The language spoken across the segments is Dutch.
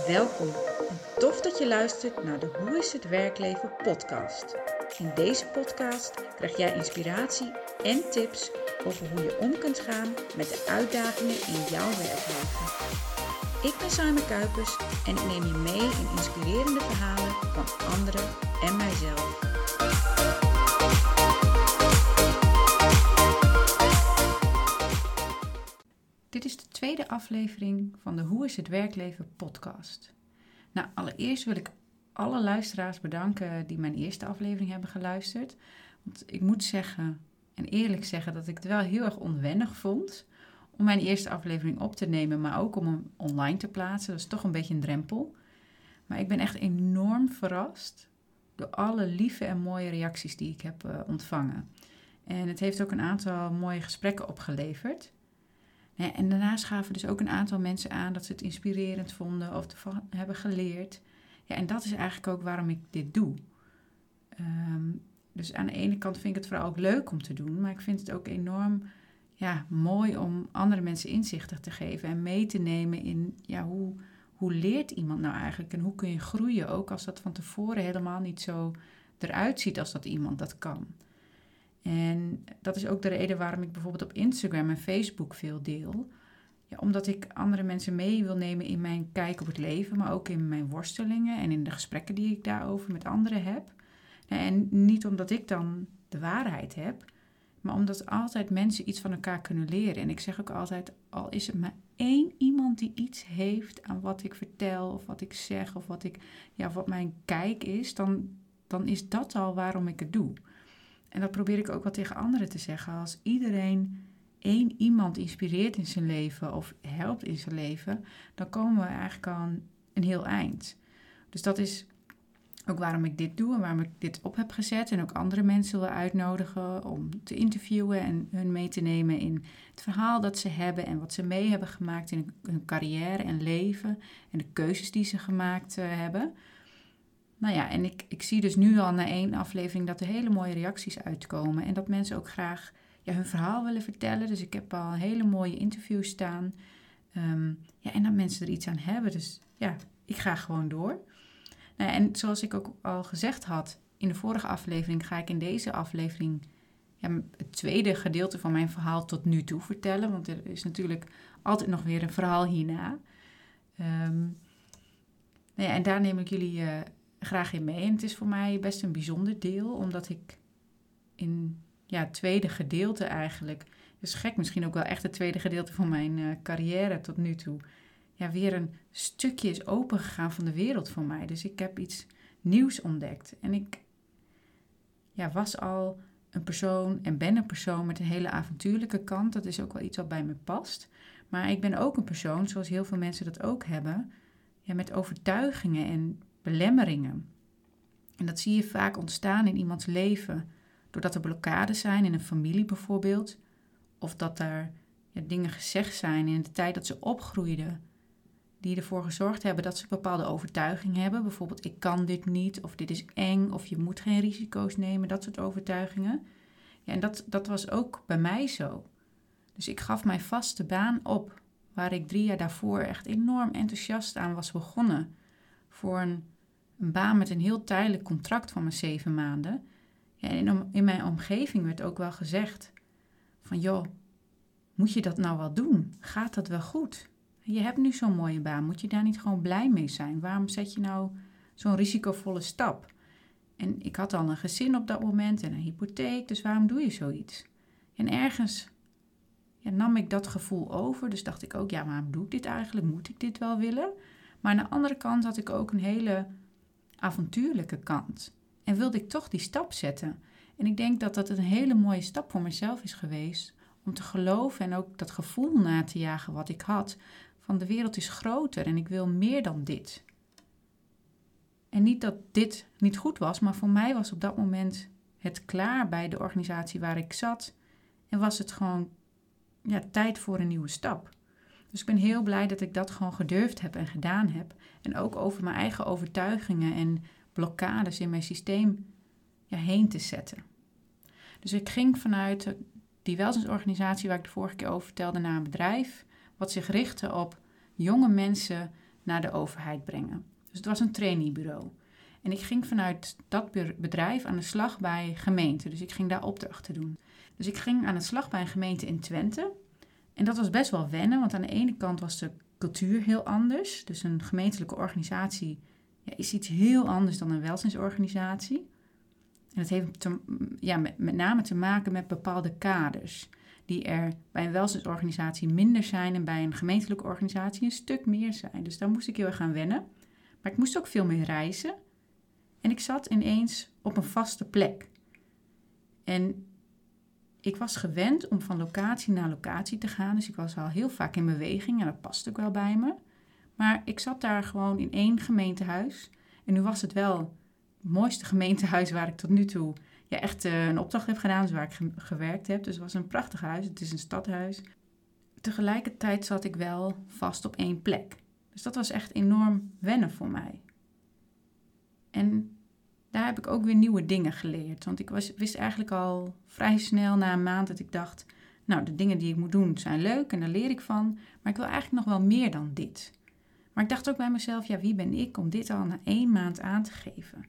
Welkom en tof dat je luistert naar de Hoe is het werkleven podcast. In deze podcast krijg jij inspiratie en tips over hoe je om kunt gaan met de uitdagingen in jouw werkleven. Ik ben Simon Kuipers en ik neem je mee in inspirerende verhalen van anderen en mijzelf. Dit is de tweede aflevering van de Hoe is het werkleven podcast. Nou, allereerst wil ik alle luisteraars bedanken die mijn eerste aflevering hebben geluisterd. Want ik moet zeggen en eerlijk zeggen dat ik het wel heel erg onwennig vond om mijn eerste aflevering op te nemen, maar ook om hem online te plaatsen. Dat is toch een beetje een drempel. Maar ik ben echt enorm verrast door alle lieve en mooie reacties die ik heb ontvangen. En het heeft ook een aantal mooie gesprekken opgeleverd. En daarnaast gaven dus ook een aantal mensen aan dat ze het inspirerend vonden of ervan hebben geleerd. Ja, en dat is eigenlijk ook waarom ik dit doe. Dus aan de ene kant vind ik het vooral ook leuk om te doen, maar ik vind het ook enorm mooi om andere mensen inzichten te geven en mee te nemen in hoe leert iemand nou eigenlijk en hoe kun je groeien, ook als dat van tevoren helemaal niet zo eruit ziet als dat iemand dat kan. En dat is ook de reden waarom ik bijvoorbeeld op Instagram en Facebook veel deel. Ja, omdat ik andere mensen mee wil nemen in mijn kijk op het leven, maar ook in mijn worstelingen en in de gesprekken die ik daarover met anderen heb. En niet omdat ik dan de waarheid heb, maar omdat altijd mensen iets van elkaar kunnen leren. En ik zeg ook altijd, al is het maar één iemand die iets heeft aan wat ik vertel of wat ik zeg of wat mijn kijk is, dan is dat al waarom ik het doe. En dat probeer ik ook wel tegen anderen te zeggen. Als iedereen één iemand inspireert in zijn leven of helpt in zijn leven, dan komen we eigenlijk al een heel eind. Dus dat is ook waarom ik dit doe en waarom ik dit op heb gezet. En ook andere mensen wil uitnodigen om te interviewen en hun mee te nemen in het verhaal dat ze hebben en wat ze mee hebben gemaakt in hun carrière en leven en de keuzes die ze gemaakt hebben. Nou ja, en ik zie dus nu al na 1 aflevering dat er hele mooie reacties uitkomen. En dat mensen ook graag hun verhaal willen vertellen. Dus ik heb al hele mooie interviews staan. En dat mensen er iets aan hebben. Dus ja, ik ga gewoon door. Nou ja, en zoals ik ook al gezegd had in de vorige aflevering, ga ik in deze aflevering het tweede gedeelte van mijn verhaal tot nu toe vertellen. Want er is natuurlijk altijd nog weer een verhaal hierna. En daar neem ik jullie graag in mee. En het is voor mij best een bijzonder deel, omdat ik in het tweede gedeelte eigenlijk, is gek misschien ook wel echt het tweede gedeelte van mijn carrière tot nu toe, weer een stukje is opengegaan van de wereld voor mij. Dus ik heb iets nieuws ontdekt. En ik was al een persoon en ben een persoon met een hele avontuurlijke kant. Dat is ook wel iets wat bij me past. Maar ik ben ook een persoon, zoals heel veel mensen dat ook hebben, met overtuigingen en belemmeringen. En dat zie je vaak ontstaan in iemands leven, doordat er blokkades zijn in een familie bijvoorbeeld, of dat er dingen gezegd zijn in de tijd dat ze opgroeiden, die ervoor gezorgd hebben dat ze een bepaalde overtuiging hebben. Bijvoorbeeld, ik kan dit niet, of dit is eng, of je moet geen risico's nemen, dat soort overtuigingen. Ja, en dat was ook bij mij zo. Dus ik gaf mijn vaste baan op, waar ik 3 jaar daarvoor echt enorm enthousiast aan was begonnen, voor een baan met een heel tijdelijk contract van maar 7 maanden. Ja, en in mijn omgeving werd ook wel gezegd van, joh, moet je dat nou wel doen? Gaat dat wel goed? Je hebt nu zo'n mooie baan, moet je daar niet gewoon blij mee zijn? Waarom zet je nou zo'n risicovolle stap? En ik had al een gezin op dat moment en een hypotheek, dus waarom doe je zoiets? En ergens nam ik dat gevoel over, dus dacht ik ook, waarom doe ik dit eigenlijk? Moet ik dit wel willen? Maar aan de andere kant had ik ook een hele avontuurlijke kant. En wilde ik toch die stap zetten. En ik denk dat dat een hele mooie stap voor mezelf is geweest. Om te geloven en ook dat gevoel na te jagen wat ik had. Van de wereld is groter en ik wil meer dan dit. En niet dat dit niet goed was, maar voor mij was op dat moment het klaar bij de organisatie waar ik zat. En was het gewoon tijd voor een nieuwe stap. Dus ik ben heel blij dat ik dat gewoon gedurfd heb en gedaan heb. En ook over mijn eigen overtuigingen en blokkades in mijn systeem heen te zetten. Dus ik ging vanuit die welzijnsorganisatie waar ik de vorige keer over vertelde naar een bedrijf, wat zich richtte op jonge mensen naar de overheid brengen. Dus het was een trainingbureau. En ik ging vanuit dat bedrijf aan de slag bij gemeenten. Dus ik ging daar opdrachten doen. Dus ik ging aan de slag bij een gemeente in Twente. En dat was best wel wennen, want aan de ene kant was de cultuur heel anders. Dus een gemeentelijke organisatie is iets heel anders dan een welzijnsorganisatie. En dat heeft met name te maken met bepaalde kaders, die er bij een welzijnsorganisatie minder zijn en bij een gemeentelijke organisatie een stuk meer zijn. Dus daar moest ik heel erg aan wennen. Maar ik moest ook veel meer reizen. En ik zat ineens op een vaste plek. En ik was gewend om van locatie naar locatie te gaan. Dus ik was al heel vaak in beweging en dat past ook wel bij me. Maar ik zat daar gewoon in 1 gemeentehuis. En nu was het wel het mooiste gemeentehuis waar ik tot nu toe echt een opdracht heb gedaan. Dus waar ik gewerkt heb. Dus het was een prachtig huis. Het is een stadhuis. Tegelijkertijd zat ik wel vast op 1 plek. Dus dat was echt enorm wennen voor mij. En daar heb ik ook weer nieuwe dingen geleerd. Want ik wist eigenlijk al vrij snel na een maand dat ik dacht, nou, de dingen die ik moet doen zijn leuk en daar leer ik van. Maar ik wil eigenlijk nog wel meer dan dit. Maar ik dacht ook bij mezelf, wie ben ik om dit al na 1 maand aan te geven?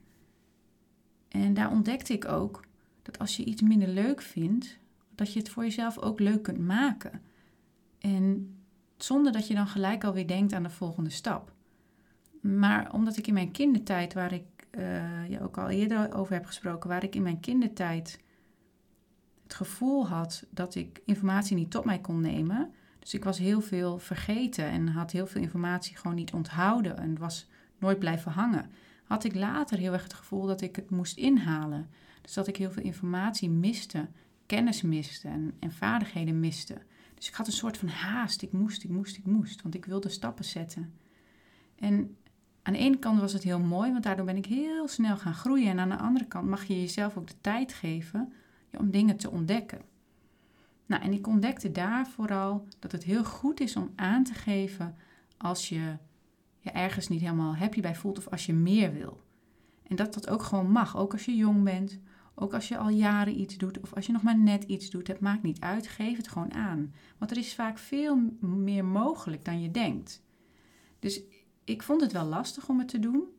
En daar ontdekte ik ook dat als je iets minder leuk vindt, dat je het voor jezelf ook leuk kunt maken. En zonder dat je dan gelijk alweer denkt aan de volgende stap. Maar omdat ik in mijn kindertijd, waar ik ook al eerder over heb gesproken, waar ik in mijn kindertijd het gevoel had dat ik informatie niet tot mij kon nemen. Dus ik was heel veel vergeten en had heel veel informatie gewoon niet onthouden en was nooit blijven hangen. Had ik later heel erg het gevoel dat ik het moest inhalen. Dus dat ik heel veel informatie miste, kennis miste en vaardigheden miste. Dus ik had een soort van haast. Ik moest, want ik wilde stappen zetten. En aan de ene kant was het heel mooi, want daardoor ben ik heel snel gaan groeien. En aan de andere kant mag je jezelf ook de tijd geven om dingen te ontdekken. Nou, en ik ontdekte daar vooral dat het heel goed is om aan te geven als je ergens niet helemaal happy bij voelt of als je meer wil. En dat dat ook gewoon mag, ook als je jong bent, ook als je al jaren iets doet of als je nog maar net iets doet. Het maakt niet uit, geef het gewoon aan. Want er is vaak veel meer mogelijk dan je denkt. Dus ik vond het wel lastig om het te doen.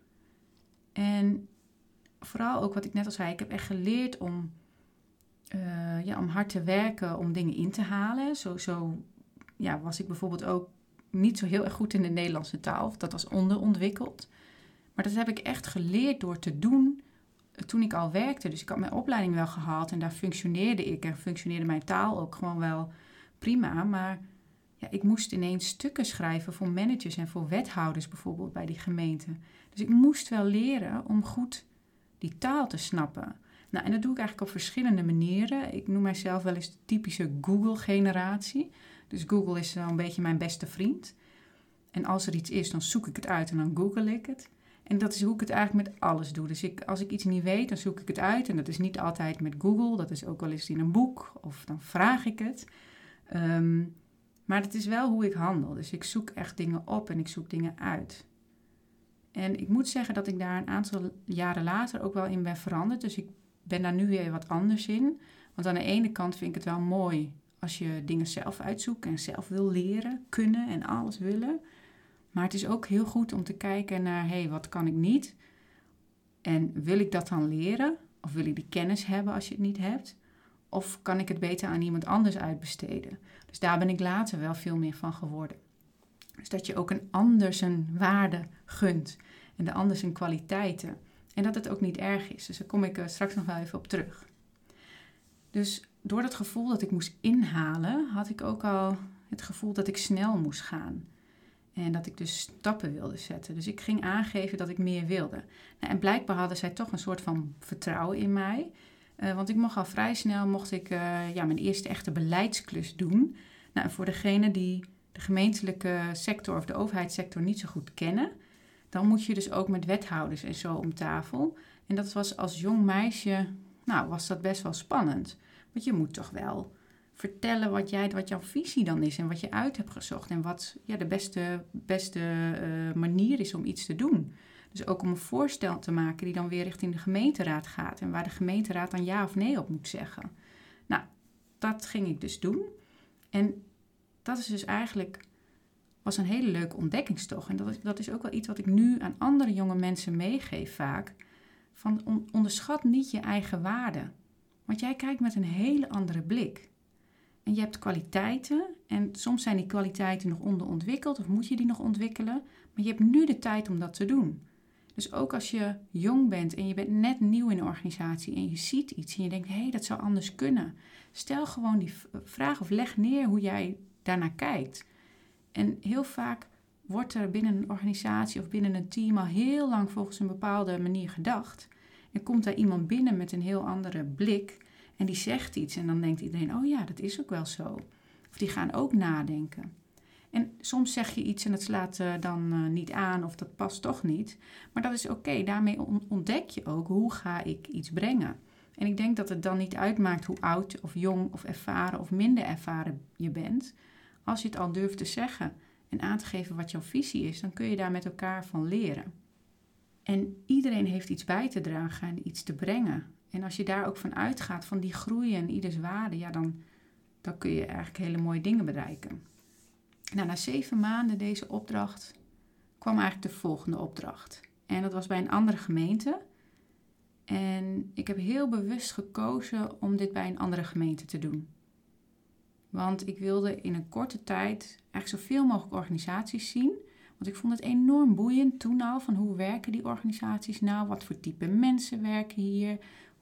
En vooral ook wat ik net al zei, ik heb echt geleerd om hard te werken om dingen in te halen. Zo was ik bijvoorbeeld ook niet zo heel erg goed in de Nederlandse taal. Dat was onderontwikkeld. Maar dat heb ik echt geleerd door te doen toen ik al werkte. Dus ik had mijn opleiding wel gehaald en daar functioneerde ik. En functioneerde mijn taal ook gewoon wel prima. Maar ik moest ineens stukken schrijven voor managers en voor wethouders bijvoorbeeld bij die gemeente. Dus ik moest wel leren om goed die taal te snappen. Nou, en dat doe ik eigenlijk op verschillende manieren. Ik noem mijzelf wel eens de typische Google-generatie. Dus Google is wel een beetje mijn beste vriend. En als er iets is, dan zoek ik het uit en dan google ik het. En dat is hoe ik het eigenlijk met alles doe. Dus als ik iets niet weet, dan zoek ik het uit. En dat is niet altijd met Google. Dat is ook wel eens in een boek of dan vraag ik het. Maar het is wel hoe ik handel. Dus ik zoek echt dingen op en ik zoek dingen uit. En ik moet zeggen dat ik daar een aantal jaren later ook wel in ben veranderd. Dus ik ben daar nu weer wat anders in. Want aan de ene kant vind ik het wel mooi als je dingen zelf uitzoekt en zelf wil leren, kunnen en alles willen. Maar het is ook heel goed om te kijken naar, wat kan ik niet? En wil ik dat dan leren? Of wil ik die kennis hebben als je het niet hebt? Of kan ik het beter aan iemand anders uitbesteden? Dus daar ben ik later wel veel meer van geworden. Dus dat je ook een ander zijn waarde gunt en de ander zijn kwaliteiten. En dat het ook niet erg is. Dus daar kom ik straks nog wel even op terug. Dus door dat gevoel dat ik moest inhalen, had ik ook al het gevoel dat ik snel moest gaan. En dat ik dus stappen wilde zetten. Dus ik ging aangeven dat ik meer wilde. Nou, en blijkbaar hadden zij toch een soort van vertrouwen in mij. Want ik mocht al vrij snel mijn eerste echte beleidsklus doen. Nou, en voor degene die de gemeentelijke sector of de overheidssector niet zo goed kennen, dan moet je dus ook met wethouders en zo om tafel. En dat was als jong meisje, was dat best wel spannend. Want je moet toch wel vertellen wat jouw visie dan is en wat je uit hebt gezocht. En wat de beste manier is om iets te doen. Dus ook om een voorstel te maken die dan weer richting de gemeenteraad gaat. En waar de gemeenteraad dan ja of nee op moet zeggen. Nou, dat ging ik dus doen. En dat is dus eigenlijk was een hele leuke ontdekkingstocht. En dat is ook wel iets wat ik nu aan andere jonge mensen meegeef vaak. Van onderschat niet je eigen waarde. Want jij kijkt met een hele andere blik. En je hebt kwaliteiten. En soms zijn die kwaliteiten nog onderontwikkeld. Of moet je die nog ontwikkelen. Maar je hebt nu de tijd om dat te doen. Dus ook als je jong bent en je bent net nieuw in een organisatie. En je ziet iets en je denkt, hé, dat zou anders kunnen. Stel gewoon die vraag of leg neer hoe jij daarnaar kijkt. En heel vaak wordt er binnen een organisatie of binnen een team al heel lang volgens een bepaalde manier gedacht. En komt daar iemand binnen met een heel andere blik en die zegt iets. En dan denkt iedereen, oh ja, dat is ook wel zo. Of die gaan ook nadenken. En soms zeg je iets en het slaat dan niet aan of dat past toch niet. Maar dat is oké. Daarmee ontdek je ook hoe ga ik iets brengen. En ik denk dat het dan niet uitmaakt hoe oud of jong of ervaren of minder ervaren je bent. Als je het al durft te zeggen en aan te geven wat jouw visie is, dan kun je daar met elkaar van leren. En iedereen heeft iets bij te dragen en iets te brengen. En als je daar ook van uitgaat, van die groei en ieders waarde, ja, dan kun je eigenlijk hele mooie dingen bereiken. Nou, na 7 maanden deze opdracht kwam eigenlijk de volgende opdracht. En dat was bij een andere gemeente. En ik heb heel bewust gekozen om dit bij een andere gemeente te doen. Want ik wilde in een korte tijd eigenlijk zoveel mogelijk organisaties zien. Want ik vond het enorm boeiend toen al van hoe werken die organisaties nou? Wat voor type mensen werken hier?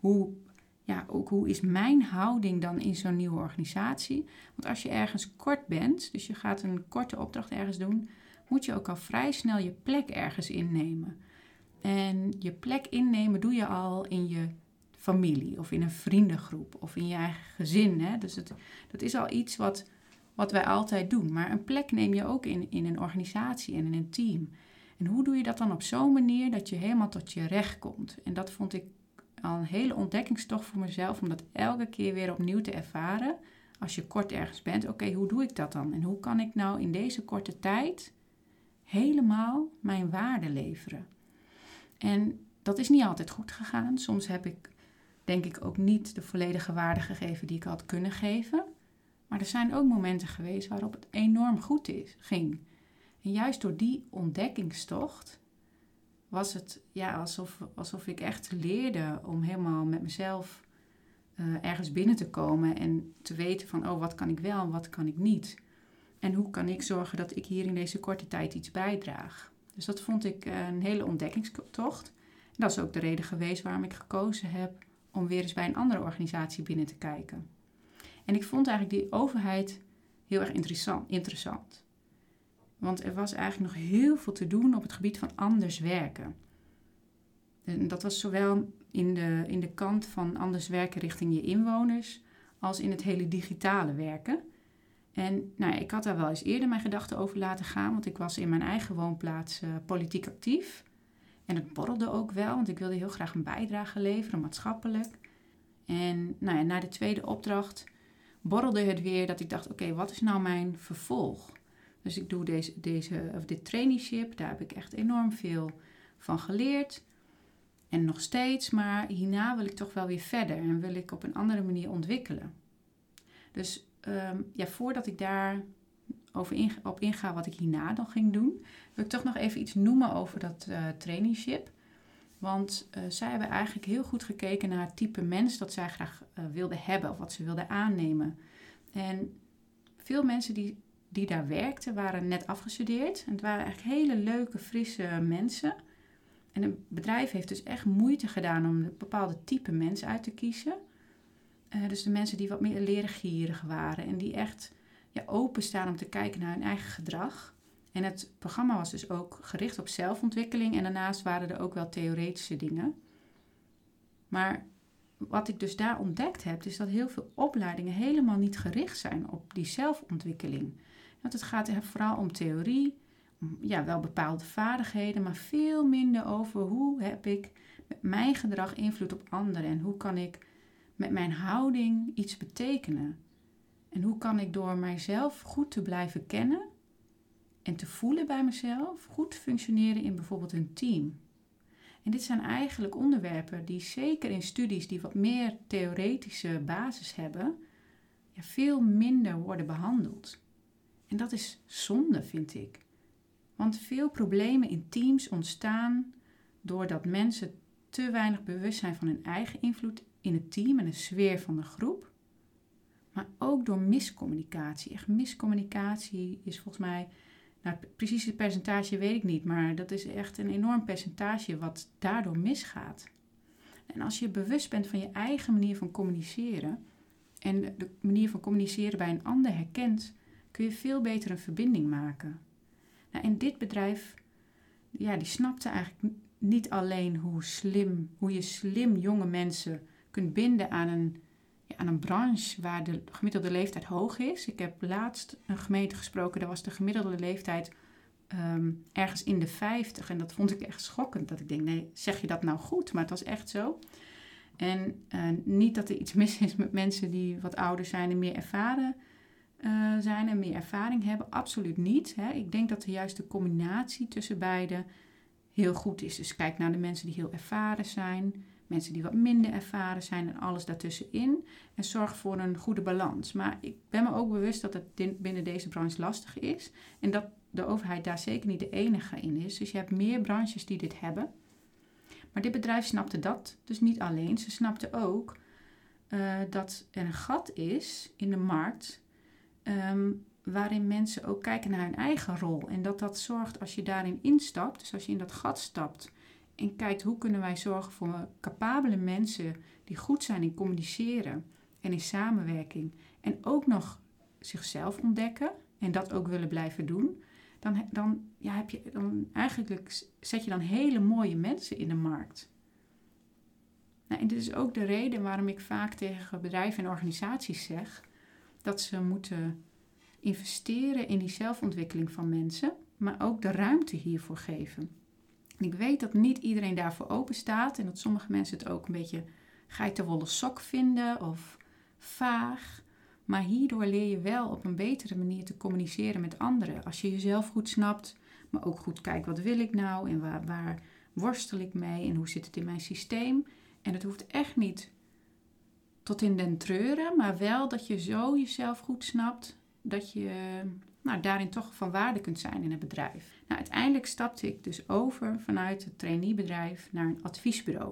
Hoe is mijn houding dan in zo'n nieuwe organisatie? Want als je ergens kort bent, dus je gaat een korte opdracht ergens doen, moet je ook al vrij snel je plek ergens innemen. En je plek innemen doe je al in je familie of in een vriendengroep of in je eigen gezin. Hè? Dus dat is al iets wat wij altijd doen. Maar een plek neem je ook in een organisatie en in een team. En hoe doe je dat dan op zo'n manier dat je helemaal tot je recht komt? En dat vond ik al een hele ontdekkingstocht voor mezelf, om dat elke keer weer opnieuw te ervaren. Als je kort ergens bent, oké, hoe doe ik dat dan? En hoe kan ik nou in deze korte tijd helemaal mijn waarde leveren? En dat is niet altijd goed gegaan. Soms heb ik, denk ik, ook niet de volledige waarde gegeven die ik had kunnen geven. Maar er zijn ook momenten geweest waarop het enorm goed ging. En juist door die ontdekkingstocht was het alsof ik echt leerde om helemaal met mezelf ergens binnen te komen en te weten van, oh, wat kan ik wel en wat kan ik niet? En hoe kan ik zorgen dat ik hier in deze korte tijd iets bijdraag? Dus dat vond ik een hele ontdekkingstocht. En dat is ook de reden geweest waarom ik gekozen heb om weer eens bij een andere organisatie binnen te kijken. En ik vond eigenlijk die overheid heel erg interessant. Want er was eigenlijk nog heel veel te doen op het gebied van anders werken. En dat was zowel in de kant van anders werken richting je inwoners, als in het hele digitale werken. En ik had daar wel eens eerder mijn gedachten over laten gaan, want ik was in mijn eigen woonplaats politiek actief. En het borrelde ook wel, want ik wilde heel graag een bijdrage leveren, maatschappelijk. En na de tweede opdracht borrelde het weer dat ik dacht, oké, wat is nou mijn vervolg? Dus ik doe dit traineeship, daar heb ik echt enorm veel van geleerd. En nog steeds, maar hierna wil ik toch wel weer verder en wil ik op een andere manier ontwikkelen. Dus voordat ik daar op inga wat ik hierna dan ging doen, wil ik toch nog even iets noemen over dat traineeship. Want zij hebben eigenlijk heel goed gekeken naar het type mens dat zij graag wilden hebben of wat ze wilden aannemen. En veel mensen die daar werkten waren net afgestudeerd. En het waren eigenlijk hele leuke, frisse mensen. En het bedrijf heeft dus echt moeite gedaan om een bepaalde type mens uit te kiezen. Dus de mensen die wat meer leergierig waren en die echt openstaan om te kijken naar hun eigen gedrag. En het programma was dus ook gericht op zelfontwikkeling en daarnaast waren er ook wel theoretische dingen. Maar wat ik dus daar ontdekt heb, is dat heel veel opleidingen helemaal niet gericht zijn op die zelfontwikkeling. Want het gaat vooral om theorie, wel bepaalde vaardigheden, maar veel minder over hoe heb ik met mijn gedrag invloed op anderen en hoe kan ik met mijn houding iets betekenen. En hoe kan ik door mijzelf goed te blijven kennen en te voelen bij mezelf goed functioneren in bijvoorbeeld een team. En dit zijn eigenlijk onderwerpen die zeker in studies die wat meer theoretische basis hebben, veel minder worden behandeld. En dat is zonde, vind ik. Want veel problemen in teams ontstaan doordat mensen te weinig bewust zijn van hun eigen invloed in het team en de sfeer van de groep. Maar ook door miscommunicatie. Echt, miscommunicatie is volgens mij, nou, precies het percentage weet ik niet, maar dat is echt een enorm percentage wat daardoor misgaat. En als je bewust bent van je eigen manier van communiceren en de manier van communiceren bij een ander herkent, kun je veel beter een verbinding maken. Nou, en dit bedrijf, die snapte eigenlijk niet alleen hoe je slim jonge mensen kunt binden aan een branche waar de gemiddelde leeftijd hoog is. Ik heb laatst een gemeente gesproken, daar was de gemiddelde leeftijd ergens in de 50. En dat vond ik echt schokkend. Dat ik denk, nee, zeg je dat nou goed? Maar het was echt zo. En niet dat er iets mis is met mensen die wat ouder zijn en meer ervaren zijn en meer ervaring hebben. Absoluut niet. Hè. Ik denk dat de juiste combinatie tussen beide heel goed is. Dus kijk naar de mensen die heel ervaren zijn, mensen die wat minder ervaren zijn en alles daartussenin. En zorg voor een goede balans. Maar ik ben me ook bewust dat het binnen deze branche lastig is. En dat de overheid daar zeker niet de enige in is. Dus je hebt meer branches die dit hebben. Maar dit bedrijf snapte dat dus niet alleen. Ze snapte ook dat er een gat is in de markt waarin mensen ook kijken naar hun eigen rol. En dat zorgt als je daarin instapt, dus als je in dat gat stapt en kijkt hoe kunnen wij zorgen voor capabele mensen die goed zijn in communiceren en in samenwerking en ook nog zichzelf ontdekken en dat ook willen blijven doen, dan zet je dan hele mooie mensen in de markt. Nou, en dit is ook de reden waarom ik vaak tegen bedrijven en organisaties zeg dat ze moeten investeren in die zelfontwikkeling van mensen, maar ook de ruimte hiervoor geven. En ik weet dat niet iedereen daarvoor open staat en dat sommige mensen het ook een beetje geitenwolle sok vinden of vaag. Maar hierdoor leer je wel op een betere manier te communiceren met anderen. Als je jezelf goed snapt, maar ook goed kijkt wat wil ik nou en waar worstel ik mee en hoe zit het in mijn systeem. En het hoeft echt niet tot in den treuren, maar wel dat je zo jezelf goed snapt dat je daarin toch van waarde kunt zijn in het bedrijf. Nou, uiteindelijk stapte ik dus over vanuit het traineebedrijf naar een adviesbureau.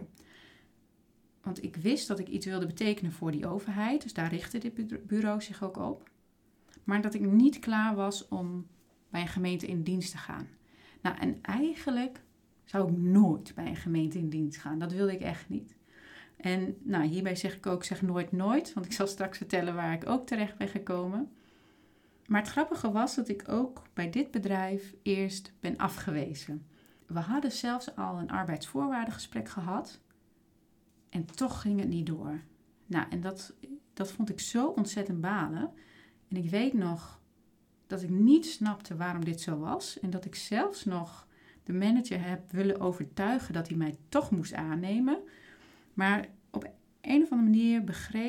Want ik wist dat ik iets wilde betekenen voor die overheid, dus daar richtte dit bureau zich ook op. Maar dat ik niet klaar was om bij een gemeente in dienst te gaan. Nou, en eigenlijk zou ik nooit bij een gemeente in dienst gaan. Dat wilde ik echt niet. En hierbij zeg ik ook, zeg nooit nooit, want ik zal straks vertellen waar ik ook terecht ben gekomen. Maar het grappige was dat ik ook bij dit bedrijf eerst ben afgewezen. We hadden zelfs al een arbeidsvoorwaardengesprek gehad en toch ging het niet door. Nou, en dat vond ik zo ontzettend balen. En ik weet nog dat ik niet snapte waarom dit zo was en dat ik zelfs nog de manager heb willen overtuigen dat hij mij toch moest aannemen. Maar op een of andere manier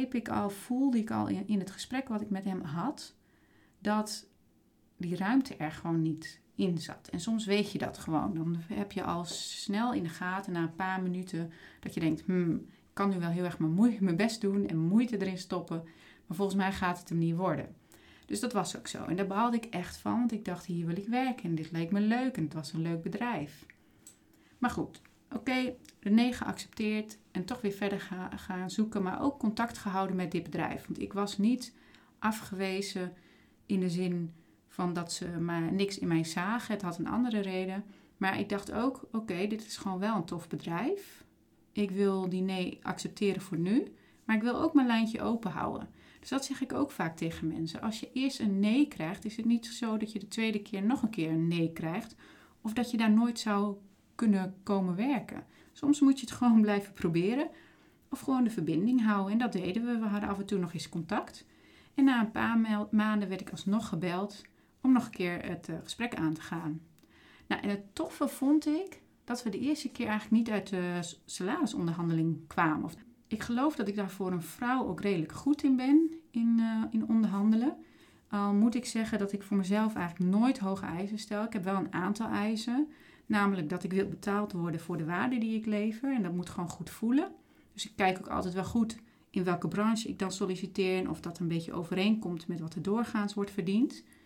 voelde ik al in het gesprek wat ik met hem had, dat die ruimte er gewoon niet in zat. En soms weet je dat gewoon. Dan heb je al snel in de gaten na een paar minuten dat je denkt, ik kan nu wel heel erg mijn best doen en moeite erin stoppen, maar volgens mij gaat het hem niet worden. Dus dat was ook zo. En daar baalde ik echt van, want ik dacht, hier wil ik werken en dit leek me leuk en het was een leuk bedrijf. Maar goed, oké, René geaccepteerd en toch weer verder gaan zoeken, maar ook contact gehouden met dit bedrijf. Want ik was niet afgewezen in de zin van dat ze maar niks in mij zagen. Het had een andere reden. Maar ik dacht ook, oké, dit is gewoon wel een tof bedrijf. Ik wil die nee accepteren voor nu. Maar ik wil ook mijn lijntje open houden. Dus dat zeg ik ook vaak tegen mensen. Als je eerst een nee krijgt, is het niet zo dat je de tweede keer nog een keer een nee krijgt. Of dat je daar nooit zou kunnen komen werken. Soms moet je het gewoon blijven proberen. Of gewoon de verbinding houden. En dat deden we. We hadden af en toe nog eens contact. En na een paar maanden werd ik alsnog gebeld om nog een keer het gesprek aan te gaan. Nou, en het toffe vond ik dat we de eerste keer eigenlijk niet uit de salarisonderhandeling kwamen. Ik geloof dat ik daar voor een vrouw ook redelijk goed in ben, in onderhandelen. Al moet ik zeggen dat ik voor mezelf eigenlijk nooit hoge eisen stel. Ik heb wel een aantal eisen. Namelijk dat ik wil betaald worden voor de waarde die ik lever. En dat moet gewoon goed voelen. Dus ik kijk ook altijd wel goed in welke branche ik dan solliciteer en of dat een beetje overeenkomt met wat er doorgaans wordt verdiend.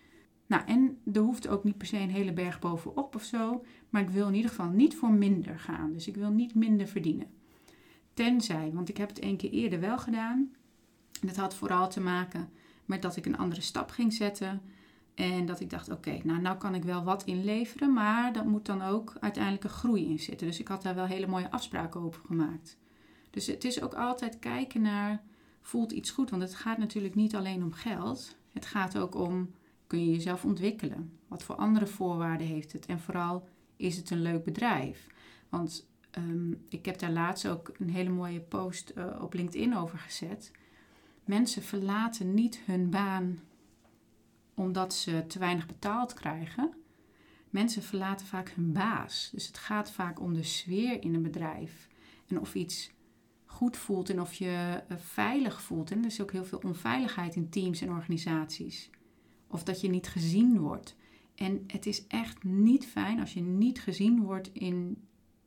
Nou, en er hoeft ook niet per se een hele berg bovenop of zo. Maar ik wil in ieder geval niet voor minder gaan. Dus ik wil niet minder verdienen. Tenzij, want ik heb het 1 keer eerder wel gedaan. En dat had vooral te maken met dat ik een andere stap ging zetten. En dat ik dacht, oké, nou kan ik wel wat inleveren. Maar dat moet dan ook uiteindelijk een groei in zitten. Dus ik had daar wel hele mooie afspraken over gemaakt. Dus het is ook altijd kijken naar, voelt iets goed? Want het gaat natuurlijk niet alleen om geld. Het gaat ook om, kun je jezelf ontwikkelen? Wat voor andere voorwaarden heeft het? En vooral, is het een leuk bedrijf? Want ik heb daar laatst ook een hele mooie post op LinkedIn over gezet. Mensen verlaten niet hun baan omdat ze te weinig betaald krijgen. Mensen verlaten vaak hun baas. Dus het gaat vaak om de sfeer in een bedrijf. En of iets goed voelt en of je veilig voelt. En er is ook heel veel onveiligheid in teams en organisaties. Of dat je niet gezien wordt. En het is echt niet fijn als je niet gezien wordt in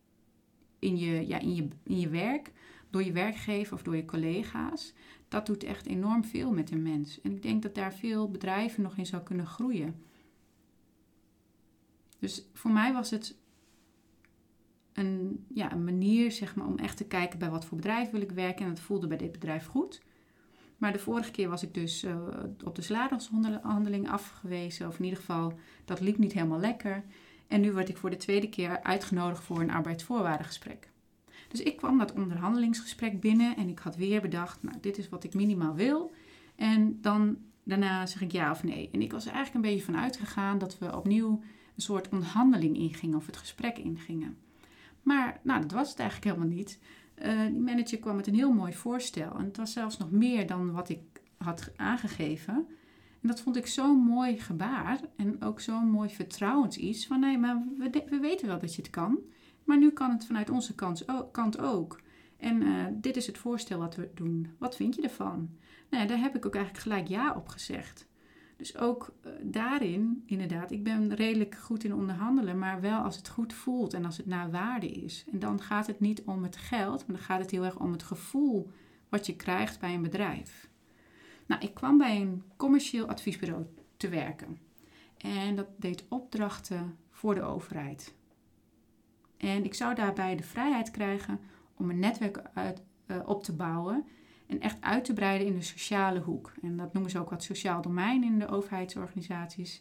je werk, door je werkgever of door je collega's. Dat doet echt enorm veel met een mens. En ik denk dat daar veel bedrijven nog in zou kunnen groeien. Dus voor mij was het een manier, zeg maar, om echt te kijken bij wat voor bedrijf wil ik werken. En dat voelde bij dit bedrijf goed. Maar de vorige keer was ik dus op de salarisonderhandeling afgewezen. Of in ieder geval, dat liep niet helemaal lekker. En nu word ik voor de 2e keer uitgenodigd voor een arbeidsvoorwaardengesprek. Dus ik kwam dat onderhandelingsgesprek binnen en ik had weer bedacht, nou, dit is wat ik minimaal wil. En dan daarna zeg ik ja of nee. En ik was er eigenlijk een beetje van uitgegaan dat we opnieuw een soort onderhandeling ingingen of het gesprek ingingen. Maar nou, dat was het eigenlijk helemaal niet. Die manager kwam met een heel mooi voorstel. En het was zelfs nog meer dan wat ik had aangegeven. En dat vond ik zo'n mooi gebaar. En ook zo'n mooi vertrouwensiets. Van nee, maar we weten wel dat je het kan. Maar nu kan het vanuit onze kant ook. En dit is het voorstel wat we doen. Wat vind je ervan? Nou, daar heb ik ook eigenlijk gelijk ja op gezegd. Dus ook daarin, inderdaad, ik ben redelijk goed in onderhandelen, maar wel als het goed voelt en als het naar waarde is. En dan gaat het niet om het geld, maar dan gaat het heel erg om het gevoel wat je krijgt bij een bedrijf. Nou, ik kwam bij een commercieel adviesbureau te werken. En dat deed opdrachten voor de overheid. En ik zou daarbij de vrijheid krijgen om een netwerk op te bouwen en echt uit te breiden in de sociale hoek. En dat noemen ze ook wat sociaal domein in de overheidsorganisaties.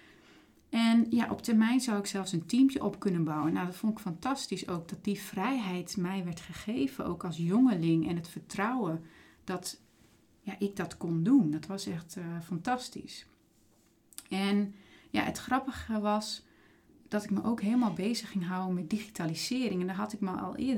En ja, op termijn zou ik zelfs een teampje op kunnen bouwen. Nou, dat vond ik fantastisch ook, dat die vrijheid mij werd gegeven, ook als jongeling. En het vertrouwen dat ik dat kon doen. Dat was echt fantastisch. En ja, het grappige was dat ik me ook helemaal bezig ging houden met digitalisering. En daar had ik me al eerder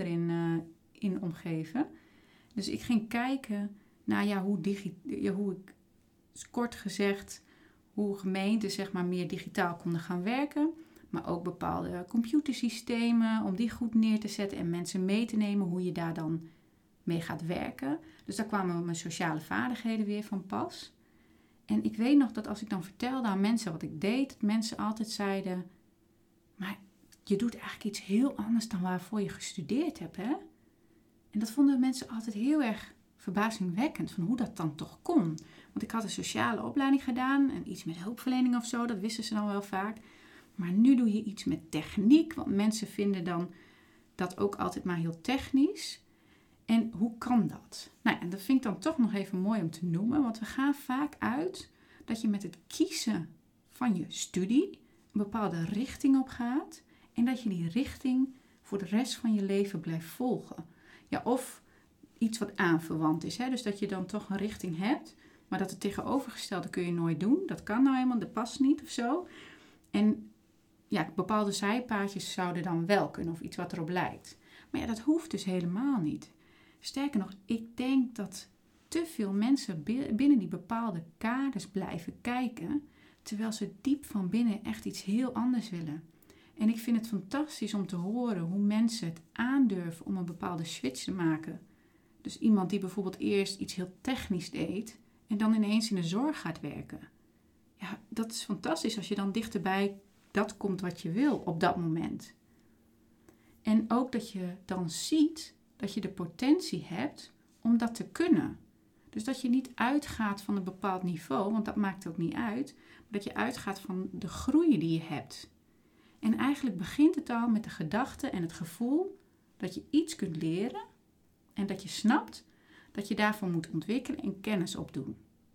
in omgeven. Dus ik ging kijken naar hoe ik, kort gezegd, hoe gemeenten zeg maar meer digitaal konden gaan werken. Maar ook bepaalde computersystemen om die goed neer te zetten en mensen mee te nemen hoe je daar dan mee gaat werken. Dus daar kwamen mijn sociale vaardigheden weer van pas. En ik weet nog dat als ik dan vertelde aan mensen wat ik deed, dat mensen altijd zeiden, maar je doet eigenlijk iets heel anders dan waarvoor je gestudeerd hebt, hè? En dat vonden mensen altijd heel erg verbazingwekkend, van hoe dat dan toch kon. Want ik had een sociale opleiding gedaan en iets met hulpverlening of zo, dat wisten ze dan wel vaak. Maar nu doe je iets met techniek, want mensen vinden dan dat ook altijd maar heel technisch. En hoe kan dat? Nou, en dat vind ik dan toch nog even mooi om te noemen, want we gaan vaak uit dat je met het kiezen van je studie een bepaalde richting op gaat en dat je die richting voor de rest van je leven blijft volgen. Ja, of iets wat aanverwant is. Hè? Dus dat je dan toch een richting hebt, maar dat het tegenovergestelde kun je nooit doen. Dat kan nou helemaal, dat past niet of zo. En ja, bepaalde zijpaadjes zouden dan wel kunnen of iets wat erop lijkt. Maar ja, dat hoeft dus helemaal niet. Sterker nog, ik denk dat te veel mensen binnen die bepaalde kaders blijven kijken, terwijl ze diep van binnen echt iets heel anders willen. En ik vind het fantastisch om te horen hoe mensen het aandurven om een bepaalde switch te maken. Dus iemand die bijvoorbeeld eerst iets heel technisch deed en dan ineens in de zorg gaat werken. Ja, dat is fantastisch als je dan dichterbij dat komt wat je wil op dat moment. En ook dat je dan ziet dat je de potentie hebt om dat te kunnen. Dus dat je niet uitgaat van een bepaald niveau, want dat maakt ook niet uit. Maar dat je uitgaat van de groei die je hebt. En eigenlijk begint het al met de gedachte en het gevoel dat je iets kunt leren. En dat je snapt dat je daarvoor moet ontwikkelen en kennis opdoen.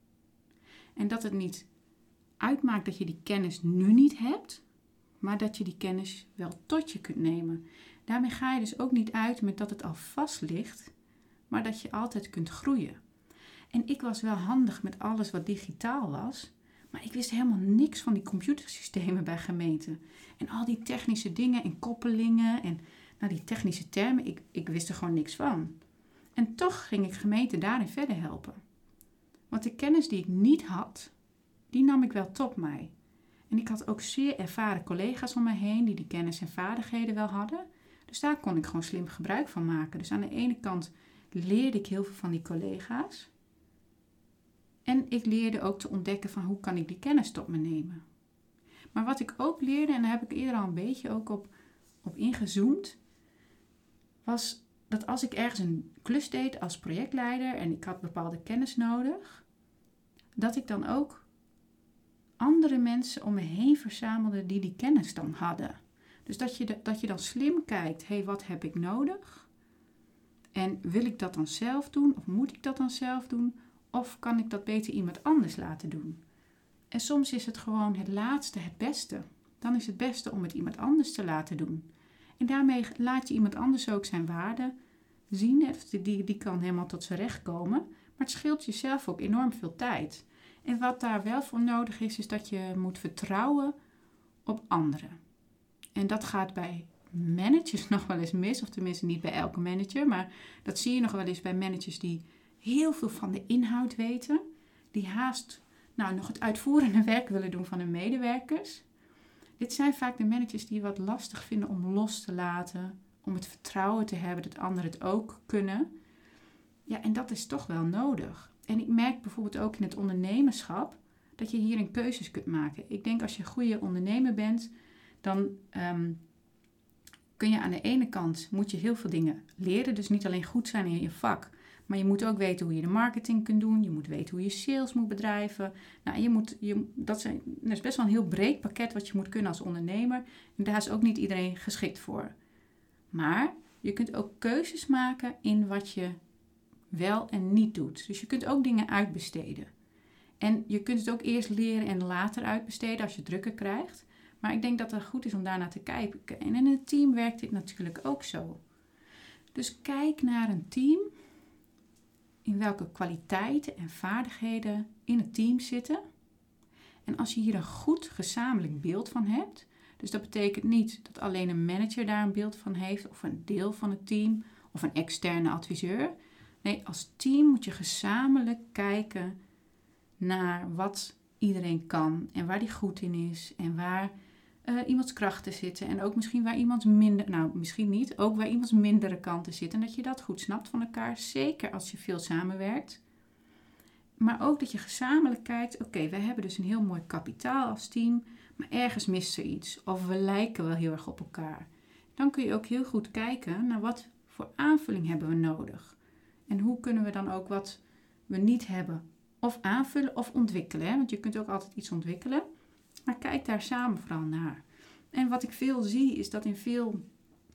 En dat het niet uitmaakt dat je die kennis nu niet hebt, maar dat je die kennis wel tot je kunt nemen. Daarmee ga je dus ook niet uit met dat het al vast ligt, maar dat je altijd kunt groeien. En ik was wel handig met alles wat digitaal was, maar ik wist helemaal niks van die computersystemen bij gemeenten. En al die technische dingen en koppelingen en die technische termen, ik wist er gewoon niks van. En toch ging ik gemeenten daarin verder helpen. Want de kennis die ik niet had, die nam ik wel tot mij. En ik had ook zeer ervaren collega's om me heen die kennis en vaardigheden wel hadden. Dus daar kon ik gewoon slim gebruik van maken. Dus aan de ene kant leerde ik heel veel van die collega's. En ik leerde ook te ontdekken van hoe kan ik die kennis tot me nemen. Maar wat ik ook leerde, en daar heb ik eerder al een beetje ook op ingezoomd, was dat als ik ergens een klus deed als projectleider en ik had bepaalde kennis nodig, dat ik dan ook andere mensen om me heen verzamelde die kennis dan hadden. Dus dat je dan slim kijkt, wat heb ik nodig? En wil ik dat dan zelf doen? Of moet ik dat dan zelf doen? Of kan ik dat beter iemand anders laten doen? En soms is het gewoon het laatste het beste. Dan is het beste om het iemand anders te laten doen. En daarmee laat je iemand anders ook zijn waarde zien. Die kan helemaal tot zijn recht komen. Maar het scheelt jezelf ook enorm veel tijd. En wat daar wel voor nodig is dat je moet vertrouwen op anderen. En dat gaat bij managers nog wel eens mis. Of tenminste niet bij elke manager. Maar dat zie je nog wel eens bij managers die heel veel van de inhoud weten. Die haast nog het uitvoerende werk willen doen van hun medewerkers. Dit zijn vaak de managers die wat lastig vinden om los te laten. Om het vertrouwen te hebben dat anderen het ook kunnen. Ja, en dat is toch wel nodig. En ik merk bijvoorbeeld ook in het ondernemerschap dat je hierin keuzes kunt maken. Ik denk als je een goede ondernemer bent, dan kun je aan de ene kant moet je heel veel dingen leren. Dus niet alleen goed zijn in je vak, maar je moet ook weten hoe je de marketing kunt doen. Je moet weten hoe je sales moet bedrijven. Dat is best wel een heel breed pakket wat je moet kunnen als ondernemer. En daar is ook niet iedereen geschikt voor. Maar je kunt ook keuzes maken in wat je wel en niet doet. Dus je kunt ook dingen uitbesteden. En je kunt het ook eerst leren en later uitbesteden als je drukker krijgt. Maar ik denk dat het goed is om daarnaar te kijken. En in een team werkt dit natuurlijk ook zo. Dus kijk naar een team, in welke kwaliteiten en vaardigheden in het team zitten. En als je hier een goed gezamenlijk beeld van hebt, dus dat betekent niet dat alleen een manager daar een beeld van heeft, of een deel van het team, of een externe adviseur. Nee, als team moet je gezamenlijk kijken naar wat iedereen kan en waar die goed in is en waar iemands krachten zitten en ook misschien waar iemands ook waar iemands mindere kanten zitten. En dat je dat goed snapt van elkaar, zeker als je veel samenwerkt. Maar ook dat je gezamenlijk kijkt, oké, wij hebben dus een heel mooi kapitaal als team, maar ergens mist er iets. Of we lijken wel heel erg op elkaar. Dan kun je ook heel goed kijken naar wat voor aanvulling hebben we nodig. En hoe kunnen we dan ook wat we niet hebben of aanvullen of ontwikkelen. Hè? Want je kunt ook altijd iets ontwikkelen. Maar kijk daar samen vooral naar. En wat ik veel zie is dat in veel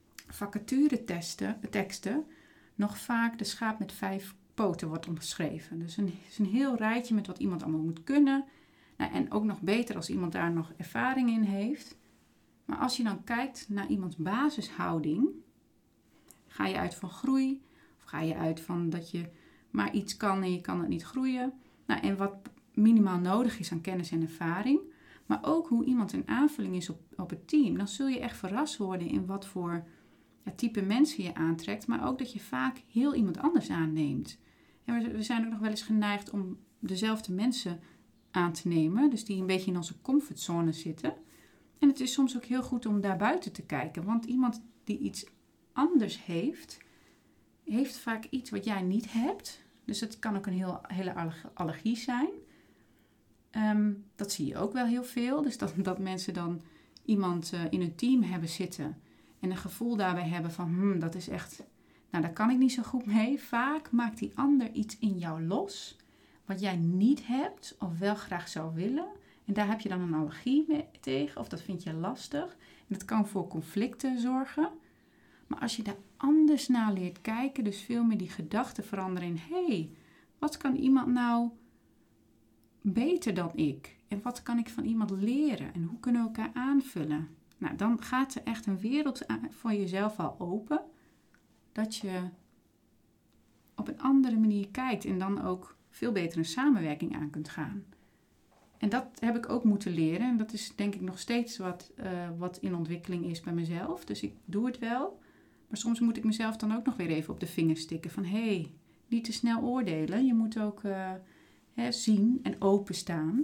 vacatureteksten nog vaak de schaap met 5 poten wordt omschreven. Dus het is een heel rijtje met wat iemand allemaal moet kunnen. En ook nog beter als iemand daar nog ervaring in heeft. Maar als je dan kijkt naar iemands basishouding, ga je uit van groei, of ga je uit van dat je maar iets kan en je kan het niet groeien. En wat minimaal nodig is aan kennis en ervaring, maar ook hoe iemand een aanvulling is op het team. Dan zul je echt verrast worden in wat voor type mensen je aantrekt, maar ook dat je vaak heel iemand anders aanneemt. En we zijn ook nog wel eens geneigd om dezelfde mensen aan te nemen, dus die een beetje in onze comfortzone zitten. En het is soms ook heel goed om daar buiten te kijken, want iemand die iets anders heeft vaak iets wat jij niet hebt. Dus het kan ook een hele allergie zijn. Dat zie je ook wel heel veel. Dus dat mensen dan iemand in een team hebben zitten en een gevoel daarbij hebben van, dat is echt Nou, daar kan ik niet zo goed mee. Vaak maakt die ander iets in jou los wat jij niet hebt of wel graag zou willen. En daar heb je dan een allergie tegen of dat vind je lastig. En dat kan voor conflicten zorgen. Maar als je daar anders naar leert kijken, dus veel meer die gedachten veranderen in... Hé, wat kan iemand nou beter dan ik? En wat kan ik van iemand leren? En hoe kunnen we elkaar aanvullen? Nou, dan gaat er echt een wereld voor jezelf al open. Dat je op een andere manier kijkt en dan ook veel beter een samenwerking aan kunt gaan. En dat heb ik ook moeten leren. En dat is denk ik nog steeds wat in ontwikkeling is bij mezelf. Dus ik doe het wel. Maar soms moet ik mezelf dan ook nog weer even op de vingers stikken. Van niet te snel oordelen. Je moet ook zien en openstaan.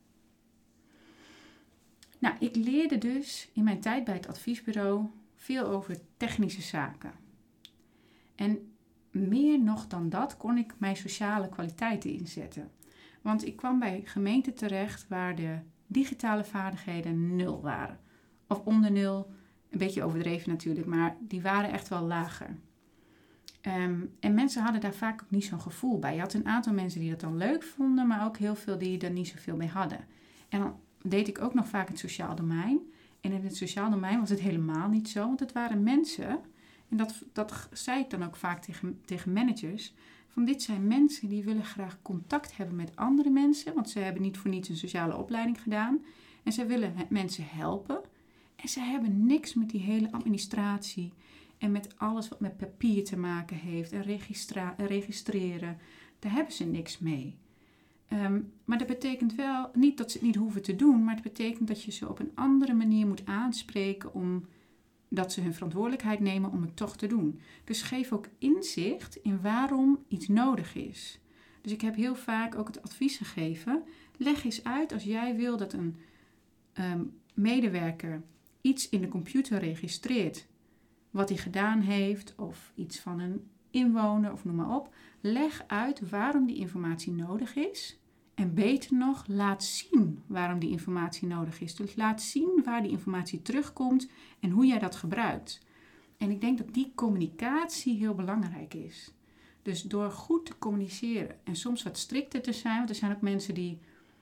Nou, ik leerde dus in mijn tijd bij het adviesbureau veel over technische zaken. En meer nog dan dat kon ik mijn sociale kwaliteiten inzetten. Want ik kwam bij gemeenten terecht waar de digitale vaardigheden 0 waren. Of onder 0, een beetje overdreven natuurlijk, maar die waren echt wel lager. En mensen hadden daar vaak ook niet zo'n gevoel bij. Je had een aantal mensen die dat dan leuk vonden, maar ook heel veel die er niet zoveel mee hadden. En dan deed ik ook nog vaak het sociaal domein. En in het sociaal domein was het helemaal niet zo, want het waren mensen. En dat zei ik dan ook vaak tegen managers. Van dit zijn mensen die willen graag contact hebben met andere mensen. Want ze hebben niet voor niets een sociale opleiding gedaan. En ze willen mensen helpen. En ze hebben niks met die hele administratie. En met alles wat met papier te maken heeft. En registreren. Daar hebben ze niks mee. Maar dat betekent wel niet dat ze het niet hoeven te doen. Maar het betekent dat je ze op een andere manier moet aanspreken dat ze hun verantwoordelijkheid nemen om het toch te doen. Dus geef ook inzicht in waarom iets nodig is. Dus ik heb heel vaak ook het advies gegeven. Leg eens uit als jij wil dat een medewerker iets in de computer registreert. Wat hij gedaan heeft of iets van een inwoner of noem maar op. Leg uit waarom die informatie nodig is. En beter nog, laat zien waarom die informatie nodig is. Dus laat zien waar die informatie terugkomt en hoe jij dat gebruikt. En ik denk dat die communicatie heel belangrijk is. Dus door goed te communiceren en soms wat strikter te zijn. Want er zijn ook mensen die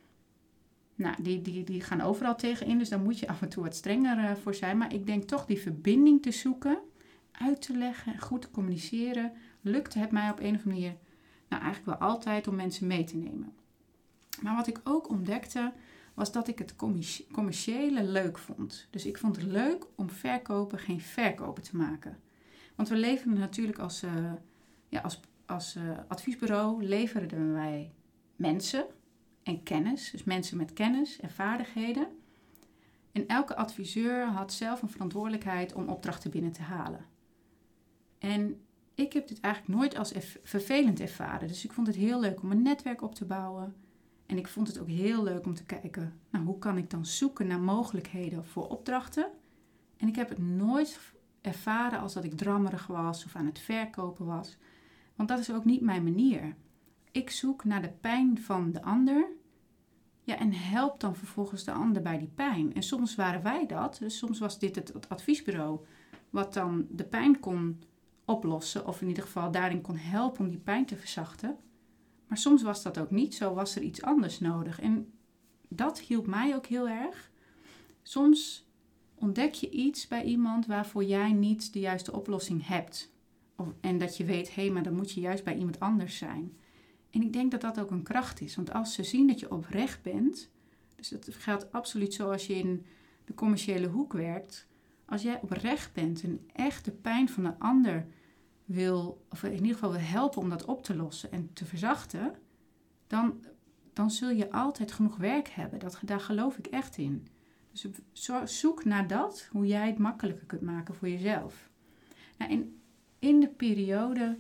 gaan overal tegenin. Dus daar moet je af en toe wat strenger voor zijn. Maar ik denk toch die verbinding te zoeken, uit te leggen en goed te communiceren. Lukte het mij op een of andere manier eigenlijk wel altijd om mensen mee te nemen. Maar wat ik ook ontdekte, was dat ik het commerciële leuk vond. Dus ik vond het leuk om verkopen geen verkopen te maken. Want we leveren natuurlijk als adviesbureau leverden wij mensen en kennis. Dus mensen met kennis en vaardigheden. En elke adviseur had zelf een verantwoordelijkheid om opdrachten binnen te halen. En ik heb dit eigenlijk nooit als vervelend ervaren. Dus ik vond het heel leuk om een netwerk op te bouwen. En ik vond het ook heel leuk om te kijken, hoe kan ik dan zoeken naar mogelijkheden voor opdrachten? En ik heb het nooit ervaren als dat ik drammerig was of aan het verkopen was. Want dat is ook niet mijn manier. Ik zoek naar de pijn van de ander. Ja, en help dan vervolgens de ander bij die pijn. En soms waren wij dat. Dus soms was dit het adviesbureau wat dan de pijn kon oplossen. Of in ieder geval daarin kon helpen om die pijn te verzachten. Maar soms was dat ook niet. Zo was er iets anders nodig. En dat hielp mij ook heel erg. Soms ontdek je iets bij iemand waarvoor jij niet de juiste oplossing hebt. En dat je weet, maar dan moet je juist bij iemand anders zijn. En ik denk dat dat ook een kracht is. Want als ze zien dat je oprecht bent. Dus dat geldt absoluut zoals je in de commerciële hoek werkt. Als jij oprecht bent en echt de pijn van de ander wil, of in ieder geval wil helpen om dat op te lossen en te verzachten, dan zul je altijd genoeg werk hebben. Daar geloof ik echt in. Dus zoek naar dat, hoe jij het makkelijker kunt maken voor jezelf. Nou, in de periode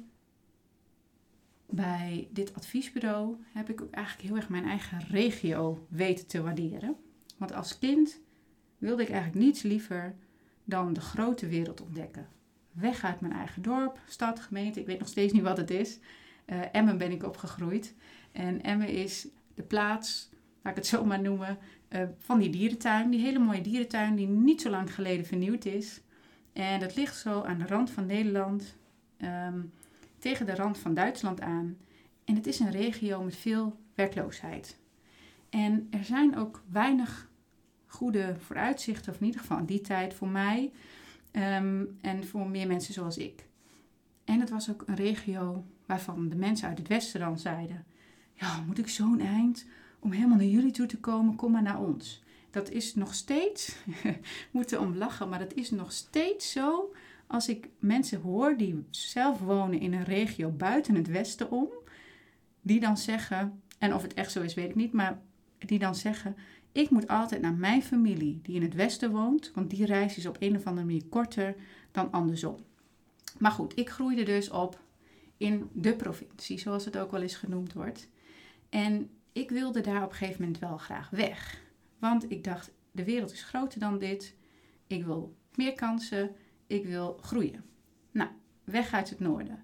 bij dit adviesbureau heb ik ook eigenlijk heel erg mijn eigen regio weten te waarderen. Want als kind wilde ik eigenlijk niets liever dan de grote wereld ontdekken. Weg uit mijn eigen dorp, stad, gemeente, ik weet nog steeds niet wat het is. Emmen ben ik opgegroeid. En Emmen is de plaats, laat ik het zo maar noemen, van die dierentuin. Die hele mooie dierentuin die niet zo lang geleden vernieuwd is. En dat ligt zo aan de rand van Nederland. tegen de rand van Duitsland aan. En het is een regio met veel werkloosheid. En er zijn ook weinig goede vooruitzichten, of in ieder geval in die tijd voor mij en voor meer mensen zoals ik. En het was ook een regio waarvan de mensen uit het westen dan zeiden: ja, moet ik zo'n eind om helemaal naar jullie toe te komen, kom maar naar ons. Dat is nog steeds, moeten om lachen, maar dat is nog steeds zo als ik mensen hoor die zelf wonen in een regio buiten het westen om, die dan zeggen, en of het echt zo is weet ik niet, maar die dan zeggen: ik moet altijd naar mijn familie die in het westen woont, want die reis is op een of andere manier korter dan andersom. Maar goed, ik groeide dus op in de provincie, zoals het ook wel eens genoemd wordt. En ik wilde daar op een gegeven moment wel graag weg. Want ik dacht, de wereld is groter dan dit. Ik wil meer kansen. Ik wil groeien. Nou, weg uit het noorden.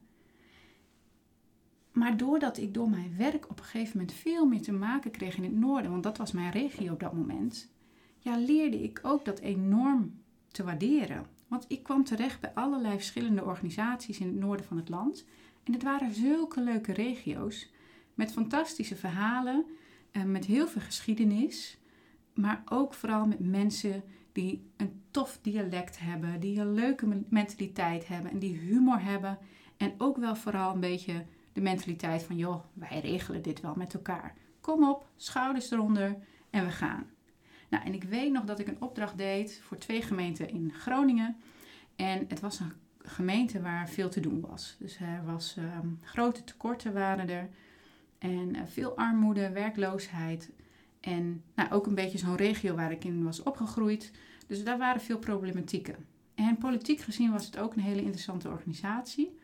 Maar doordat ik door mijn werk op een gegeven moment veel meer te maken kreeg in het noorden, want dat was mijn regio op dat moment, ja, leerde ik ook dat enorm te waarderen. Want ik kwam terecht bij allerlei verschillende organisaties in het noorden van het land. En het waren zulke leuke regio's met fantastische verhalen, met heel veel geschiedenis, maar ook vooral met mensen die een tof dialect hebben, die een leuke mentaliteit hebben en die humor hebben. En ook wel vooral een beetje de mentaliteit van, joh, wij regelen dit wel met elkaar. Kom op, schouders eronder en we gaan. Nou, en ik weet nog dat ik een opdracht deed voor 2 gemeenten in Groningen. En het was een gemeente waar veel te doen was. Dus er was grote tekorten waren er. En veel armoede, werkloosheid. En nou, ook een beetje zo'n regio waar ik in was opgegroeid. Dus daar waren veel problematieken. En politiek gezien was het ook een hele interessante organisatie.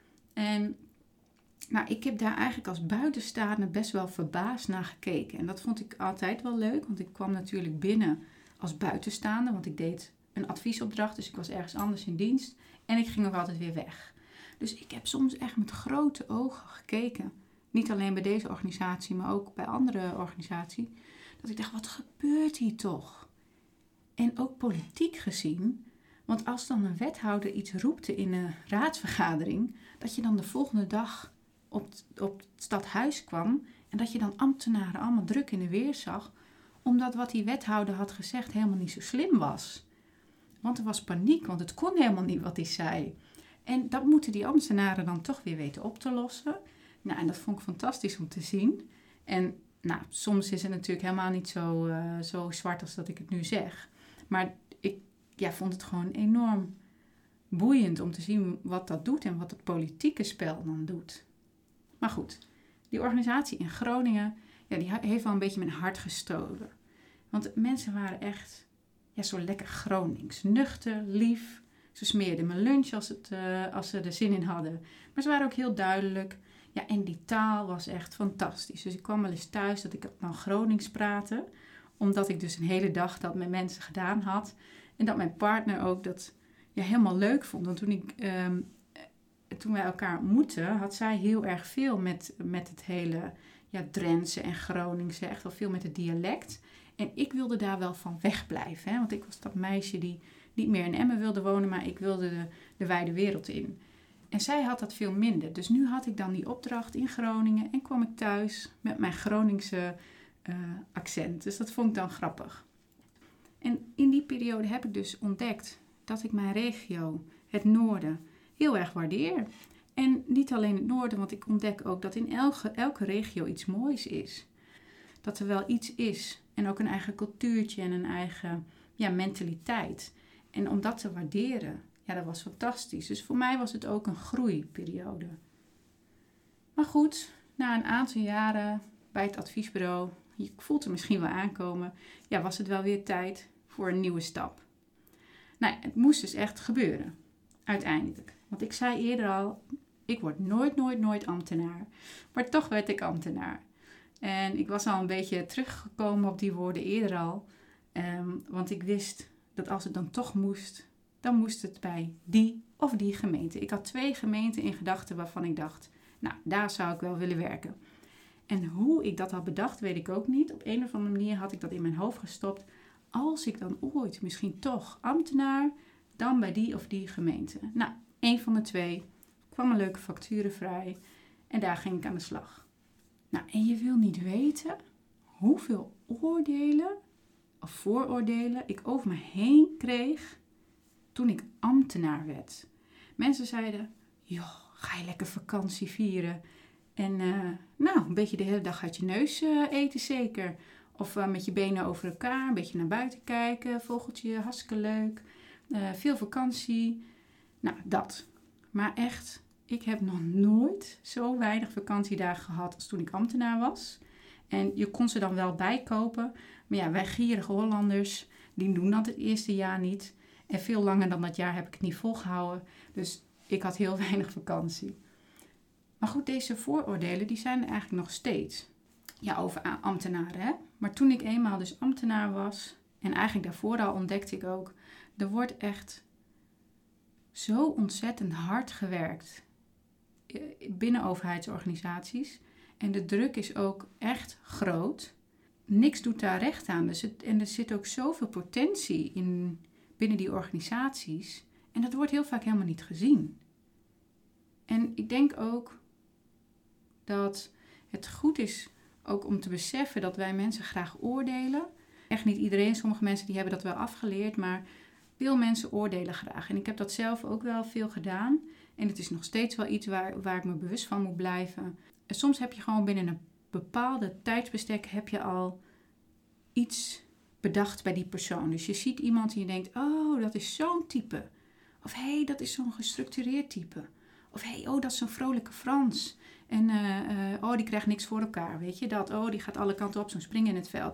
En nou, ik heb daar eigenlijk als buitenstaander best wel verbaasd naar gekeken. En dat vond ik altijd wel leuk, want ik kwam natuurlijk binnen als buitenstaander. Want ik deed een adviesopdracht, dus ik was ergens anders in dienst. En ik ging ook altijd weer weg. Dus ik heb soms echt met grote ogen gekeken. Niet alleen bij deze organisatie, maar ook bij andere organisaties. Dat ik dacht, wat gebeurt hier toch? En ook politiek gezien. Want als dan een wethouder iets roepte in een raadsvergadering, dat je dan de volgende dag op het stadhuis kwam en dat je dan ambtenaren allemaal druk in de weer zag, omdat wat die wethouder had gezegd helemaal niet zo slim was. Want er was paniek, want het kon helemaal niet wat hij zei. En dat moeten die ambtenaren dan toch weer weten op te lossen. Nou, en dat vond ik fantastisch om te zien. En nou, soms is het natuurlijk helemaal niet zo zwart als dat ik het nu zeg. Maar ik vond het gewoon enorm boeiend om te zien wat dat doet en wat het politieke spel dan doet. Maar goed, die organisatie in Groningen, ja, die heeft wel een beetje mijn hart gestolen. Want mensen waren echt zo lekker Gronings. Nuchter, lief. Ze smeerden mijn lunch als ze er zin in hadden. Maar ze waren ook heel duidelijk. Ja, en die taal was echt fantastisch. Dus ik kwam wel eens thuis dat ik dan Gronings praatte. Omdat ik dus een hele dag dat met mensen gedaan had. En dat mijn partner ook dat helemaal leuk vond. Want toen wij elkaar ontmoetten, had zij heel erg veel met het hele Drentse en Groningse. Echt wel veel met het dialect. En ik wilde daar wel van wegblijven. Hè? Want ik was dat meisje die niet meer in Emmen wilde wonen, maar ik wilde de wijde wereld in. En zij had dat veel minder. Dus nu had ik dan die opdracht in Groningen en kwam ik thuis met mijn Groningse accent. Dus dat vond ik dan grappig. En in die periode heb ik dus ontdekt dat ik mijn regio, het noorden, heel erg waardeer. En niet alleen het noorden, want ik ontdek ook dat in elke regio iets moois is. Dat er wel iets is. En ook een eigen cultuurtje en een eigen mentaliteit. En om dat te waarderen, dat was fantastisch. Dus voor mij was het ook een groeiperiode. Maar goed, na een aantal jaren bij het adviesbureau, je voelt het misschien wel aankomen, was het wel weer tijd voor een nieuwe stap. Nou, het moest dus echt gebeuren, uiteindelijk. Want ik zei eerder al, ik word nooit ambtenaar. Maar toch werd ik ambtenaar. En ik was al een beetje teruggekomen op die woorden eerder al. Want ik wist dat als het dan toch moest, dan moest het bij die of die gemeente. Ik had 2 gemeenten in gedachten waarvan ik dacht, nou, daar zou ik wel willen werken. En hoe ik dat had bedacht, weet ik ook niet. Op een of andere manier had ik dat in mijn hoofd gestopt. Als ik dan ooit misschien toch ambtenaar, dan bij die of die gemeente. Nou, 1 van de 2 kwam een leuke facturen vrij en daar ging ik aan de slag. Nou, en je wil niet weten hoeveel oordelen of vooroordelen ik over me heen kreeg toen ik ambtenaar werd. Mensen zeiden, joh, ga je lekker vakantie vieren? En een beetje de hele dag uit je neus eten zeker. Of met je benen over elkaar, een beetje naar buiten kijken, vogeltje, hartstikke leuk. Veel vakantie. Nou, dat. Maar echt, ik heb nog nooit zo weinig vakantiedagen gehad als toen ik ambtenaar was. En je kon ze dan wel bijkopen. Maar ja, wij gierige Hollanders, die doen dat het eerste jaar niet. En veel langer dan dat jaar heb ik het niet volgehouden. Dus ik had heel weinig vakantie. Maar goed, deze vooroordelen die zijn er eigenlijk nog steeds. Ja, over ambtenaren, hè. Maar toen ik eenmaal dus ambtenaar was, en eigenlijk daarvoor al ontdekte ik ook, er wordt echt zo ontzettend hard gewerkt binnen overheidsorganisaties. En de druk is ook echt groot. Niks doet daar recht aan. En er zit ook zoveel potentie binnen die organisaties. En dat wordt heel vaak helemaal niet gezien. En ik denk ook dat het goed is ook om te beseffen dat wij mensen graag oordelen. Echt niet iedereen, sommige mensen die hebben dat wel afgeleerd, maar veel mensen oordelen graag. En ik heb dat zelf ook wel veel gedaan. En het is nog steeds wel iets waar ik me bewust van moet blijven. En soms heb je gewoon binnen een bepaalde tijdsbestek heb je al iets bedacht bij die persoon. Dus je ziet iemand en je denkt, oh, dat is zo'n type. Of hé, dat is zo'n gestructureerd type. Of hé, oh, dat is zo'n vrolijke Frans. En die krijgt niks voor elkaar, weet je dat. Oh, die gaat alle kanten op, zo'n springen in het veld.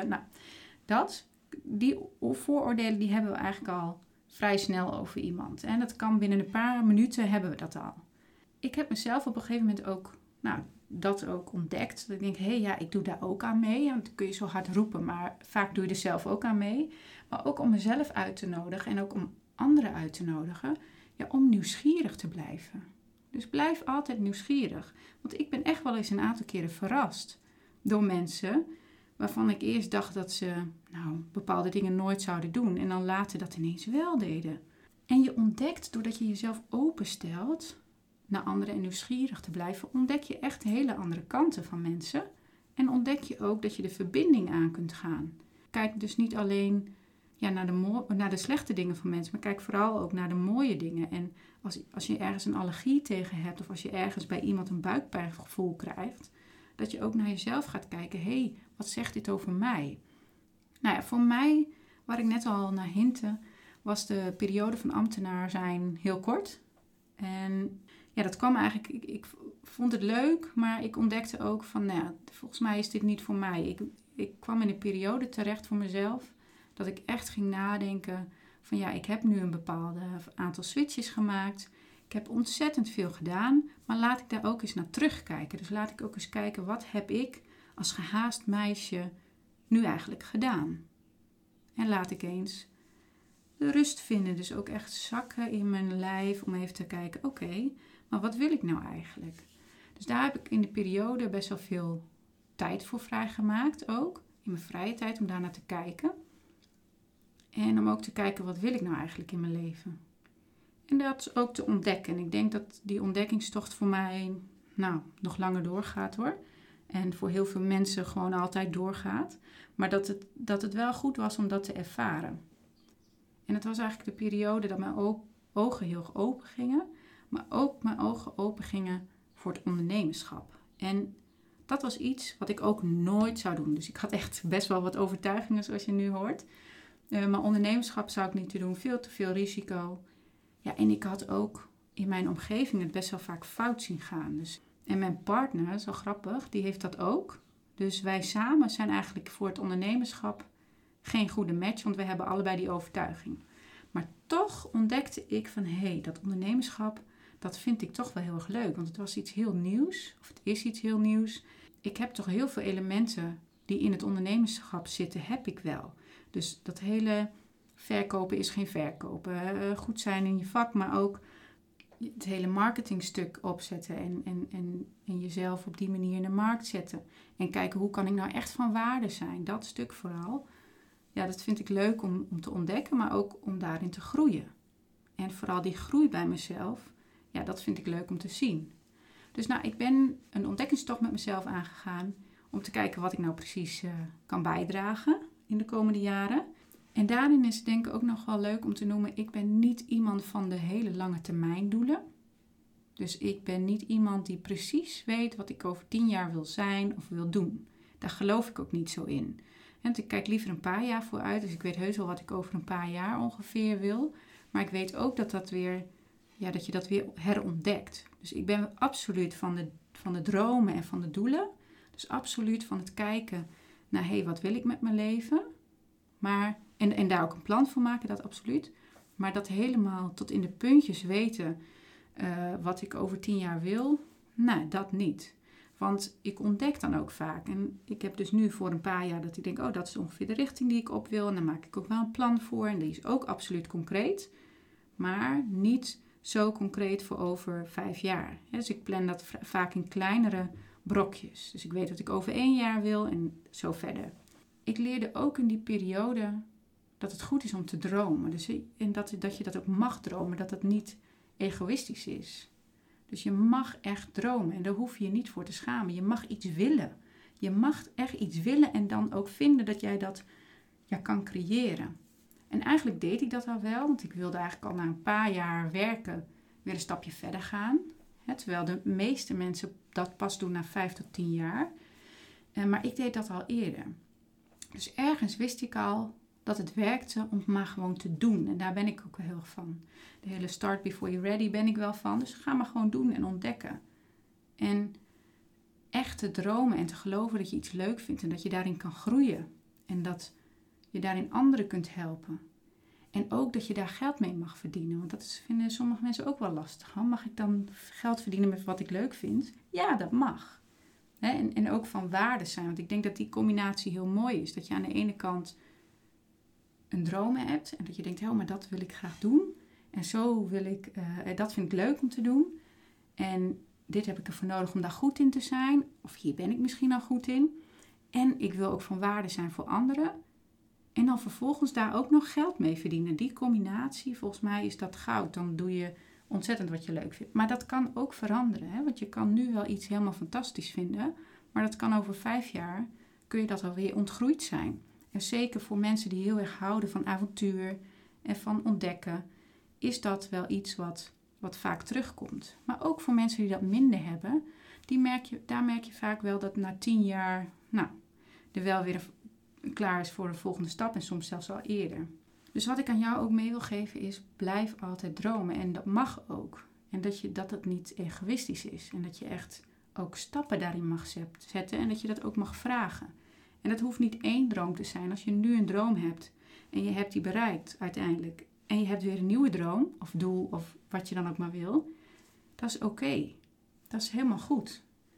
Die vooroordelen die hebben we eigenlijk al vrij snel over iemand. En dat kan binnen een paar minuten hebben we dat al. Ik heb mezelf op een gegeven moment ook, dat ook ontdekt. Dat ik denk, ik doe daar ook aan mee. En dat kun je zo hard roepen, maar vaak doe je er zelf ook aan mee. Maar ook om mezelf uit te nodigen en ook om anderen uit te nodigen. Ja, om nieuwsgierig te blijven. Dus blijf altijd nieuwsgierig. Want ik ben echt wel eens een aantal keren verrast door mensen waarvan ik eerst dacht dat ze bepaalde dingen nooit zouden doen. En dan later dat ineens wel deden. En je ontdekt, doordat je jezelf openstelt naar anderen en nieuwsgierig te blijven, ontdek je echt hele andere kanten van mensen. En ontdek je ook dat je de verbinding aan kunt gaan. Kijk dus niet alleen naar de slechte dingen van mensen, maar kijk vooral ook naar de mooie dingen. En als je ergens een allergie tegen hebt of als je ergens bij iemand een buikpijngevoel krijgt, dat je ook naar jezelf gaat kijken, wat zegt dit over mij? Nou ja, voor mij, waar ik net al naar hintte, was de periode van ambtenaar zijn heel kort. En ja, dat kwam eigenlijk, ik vond het leuk, maar ik ontdekte ook van, volgens mij is dit niet voor mij. Ik kwam in een periode terecht voor mezelf, dat ik echt ging nadenken van ik heb nu een bepaalde aantal switches gemaakt. Ik heb ontzettend veel gedaan, maar laat ik daar ook eens naar terugkijken. Dus laat ik ook eens kijken, wat heb ik als gehaast meisje nu eigenlijk gedaan? En laat ik eens de rust vinden, dus ook echt zakken in mijn lijf om even te kijken, oké, maar wat wil ik nou eigenlijk? Dus daar heb ik in de periode best wel veel tijd voor vrijgemaakt ook. In mijn vrije tijd om daar naar te kijken. En om ook te kijken, wat wil ik nou eigenlijk in mijn leven? En dat ook te ontdekken. En ik denk dat die ontdekkingstocht voor mij nog langer doorgaat hoor. En voor heel veel mensen gewoon altijd doorgaat. Maar dat het wel goed was om dat te ervaren. En het was eigenlijk de periode dat mijn ogen heel erg open gingen. Maar ook mijn ogen open gingen voor het ondernemerschap. En dat was iets wat ik ook nooit zou doen. Dus ik had echt best wel wat overtuigingen zoals je nu hoort. Maar ondernemerschap zou ik niet te doen. Veel te veel risico. Ja, en ik had ook in mijn omgeving het best wel vaak fout zien gaan. En mijn partner, zo grappig, die heeft dat ook. Dus wij samen zijn eigenlijk voor het ondernemerschap geen goede match. Want we hebben allebei die overtuiging. Maar toch ontdekte ik van, dat ondernemerschap, dat vind ik toch wel heel erg leuk. Want het was iets heel nieuws. Of het is iets heel nieuws. Ik heb toch heel veel elementen die in het ondernemerschap zitten, heb ik wel. Dus dat hele verkopen is geen verkopen. Goed zijn in je vak, maar ook het hele marketingstuk opzetten. En jezelf op die manier in de markt zetten. En kijken, hoe kan ik nou echt van waarde zijn? Dat stuk vooral. Ja, dat vind ik leuk om te ontdekken, maar ook om daarin te groeien. En vooral die groei bij mezelf, Ja, dat vind ik leuk om te zien. Dus ik ben een ontdekkingstocht met mezelf aangegaan om te kijken wat ik nou precies kan bijdragen in de komende jaren. En daarin is het denk ik ook nog wel leuk om te noemen, ik ben niet iemand van de hele lange termijn doelen. Dus ik ben niet iemand die precies weet wat ik over 10 jaar wil zijn of wil doen. Daar geloof ik ook niet zo in. Want ik kijk liever een paar jaar vooruit, dus ik weet heus wel wat ik over een paar jaar ongeveer wil. Maar ik weet ook dat je dat weer herontdekt. Dus ik ben absoluut van de dromen en van de doelen. Dus absoluut van het kijken naar, wat wil ik met mijn leven? En daar ook een plan voor maken, dat absoluut. Maar dat helemaal tot in de puntjes weten wat ik over 10 jaar wil, dat niet. Want ik ontdek dan ook vaak. En ik heb dus nu voor een paar jaar dat ik denk, dat is ongeveer de richting die ik op wil. En dan maak ik ook wel een plan voor. En die is ook absoluut concreet. Maar niet zo concreet voor over 5 jaar. Dus ik plan dat vaak in kleinere brokjes. Dus ik weet wat ik over 1 jaar wil en zo verder. Ik leerde ook in die periode dat het goed is om te dromen. En dat je dat ook mag dromen. Dat het niet egoïstisch is. Dus je mag echt dromen en daar hoef je je niet voor te schamen. Je mag iets willen. Je mag echt iets willen en dan ook vinden dat jij dat kan creëren. En eigenlijk deed ik dat al wel, want ik wilde eigenlijk al na een paar jaar werken weer een stapje verder gaan. Terwijl de meeste mensen dat pas doen na 5 tot 10 jaar. Maar ik deed dat al eerder. Dus ergens wist ik al dat het werkte om het maar gewoon te doen. En daar ben ik ook wel heel erg van. De hele start before you're ready ben ik wel van. Dus ga maar gewoon doen en ontdekken. En echt te dromen en te geloven dat je iets leuk vindt. En dat je daarin kan groeien. En dat je daarin anderen kunt helpen. En ook dat je daar geld mee mag verdienen. Want dat vinden sommige mensen ook wel lastig. Mag ik dan geld verdienen met wat ik leuk vind? Ja, dat mag. En ook van waarde zijn. Want ik denk dat die combinatie heel mooi is. Dat je aan de ene kant een droom hebt. En dat je denkt, maar dat wil ik graag doen. En zo wil ik, dat vind ik leuk om te doen. En dit heb ik ervoor nodig om daar goed in te zijn. Of hier ben ik misschien al goed in. En ik wil ook van waarde zijn voor anderen. En dan vervolgens daar ook nog geld mee verdienen. Die combinatie, volgens mij is dat goud. Dan doe je ontzettend wat je leuk vindt. Maar dat kan ook veranderen. Hè? Want je kan nu wel iets helemaal fantastisch vinden. Maar dat kan over 5 jaar, kun je dat alweer ontgroeid zijn. En zeker voor mensen die heel erg houden van avontuur en van ontdekken, is dat wel iets wat vaak terugkomt. Maar ook voor mensen die dat minder hebben, daar merk je vaak wel dat na 10 jaar er wel weer klaar is voor de volgende stap en soms zelfs al eerder. Dus wat ik aan jou ook mee wil geven is, blijf altijd dromen. En dat mag ook. En dat het niet egoïstisch is. En dat je echt ook stappen daarin mag zetten en dat je dat ook mag vragen. En dat hoeft niet 1 droom te zijn. Als je nu een droom hebt en je hebt die bereikt uiteindelijk en je hebt weer een nieuwe droom of doel of wat je dan ook maar wil, dat is oké. Dat is helemaal goed.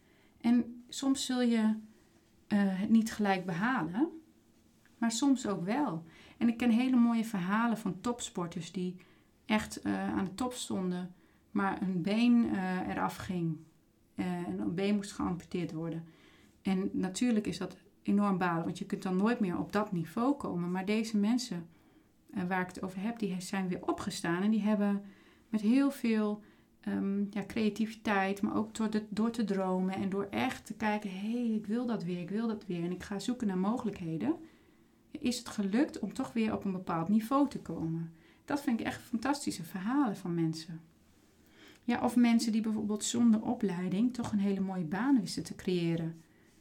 En soms zul je het niet gelijk behalen, maar soms ook wel. En ik ken hele mooie verhalen van topsporters die echt aan de top stonden, maar een been eraf ging. En een been moest geamputeerd worden. En natuurlijk is dat enorm balen, want je kunt dan nooit meer op dat niveau komen. Maar deze mensen waar ik het over heb, die zijn weer opgestaan. En die hebben met heel veel creativiteit, maar ook door te dromen en door echt te kijken, ik wil dat weer. En ik ga zoeken naar mogelijkheden. Is het gelukt om toch weer op een bepaald niveau te komen. Dat vind ik echt fantastische verhalen van mensen. Ja, of mensen die bijvoorbeeld zonder opleiding toch een hele mooie baan wisten te creëren.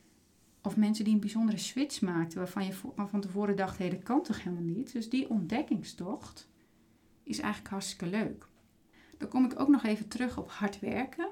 Of mensen die een bijzondere switch maakten waarvan je van tevoren dacht, dat kan toch helemaal niet. Dus die ontdekkingstocht is eigenlijk hartstikke leuk. Dan kom ik ook nog even terug op hard werken.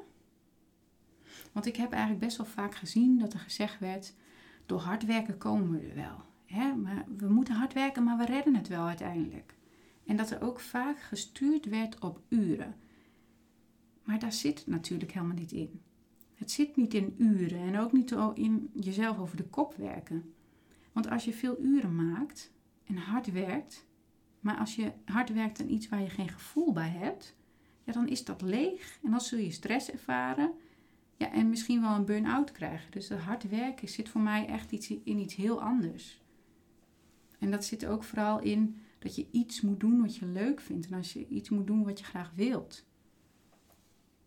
Want ik heb eigenlijk best wel vaak gezien dat er gezegd werd, door hard werken komen we er wel. Maar we moeten hard werken, maar we redden het wel uiteindelijk. En dat er ook vaak gestuurd werd op uren. Maar daar zit het natuurlijk helemaal niet in. Het zit niet in uren en ook niet in jezelf over de kop werken. Want als je veel uren maakt en hard werkt, maar als je hard werkt aan iets waar je geen gevoel bij hebt, dan is dat leeg en dan zul je stress ervaren en misschien wel een burn-out krijgen. Dus dat hard werken zit voor mij echt iets heel anders. En dat zit ook vooral in dat je iets moet doen wat je leuk vindt en als je iets moet doen wat je graag wilt.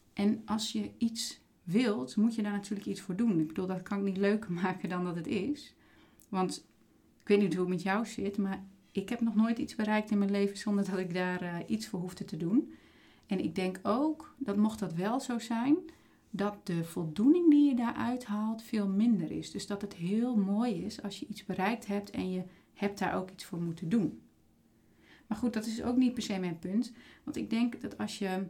En als je iets wilt, moet je daar natuurlijk iets voor doen. Ik bedoel, dat kan ik niet leuker maken dan dat het is. Want ik weet niet hoe het met jou zit, maar ik heb nog nooit iets bereikt in mijn leven zonder dat ik daar iets voor hoefde te doen. En ik denk ook, dat mocht dat wel zo zijn, dat de voldoening die je daaruit haalt veel minder is. Dus dat het heel mooi is als je iets bereikt hebt en je hebt daar ook iets voor moeten doen. Maar goed, dat is ook niet per se mijn punt. Want ik denk dat als je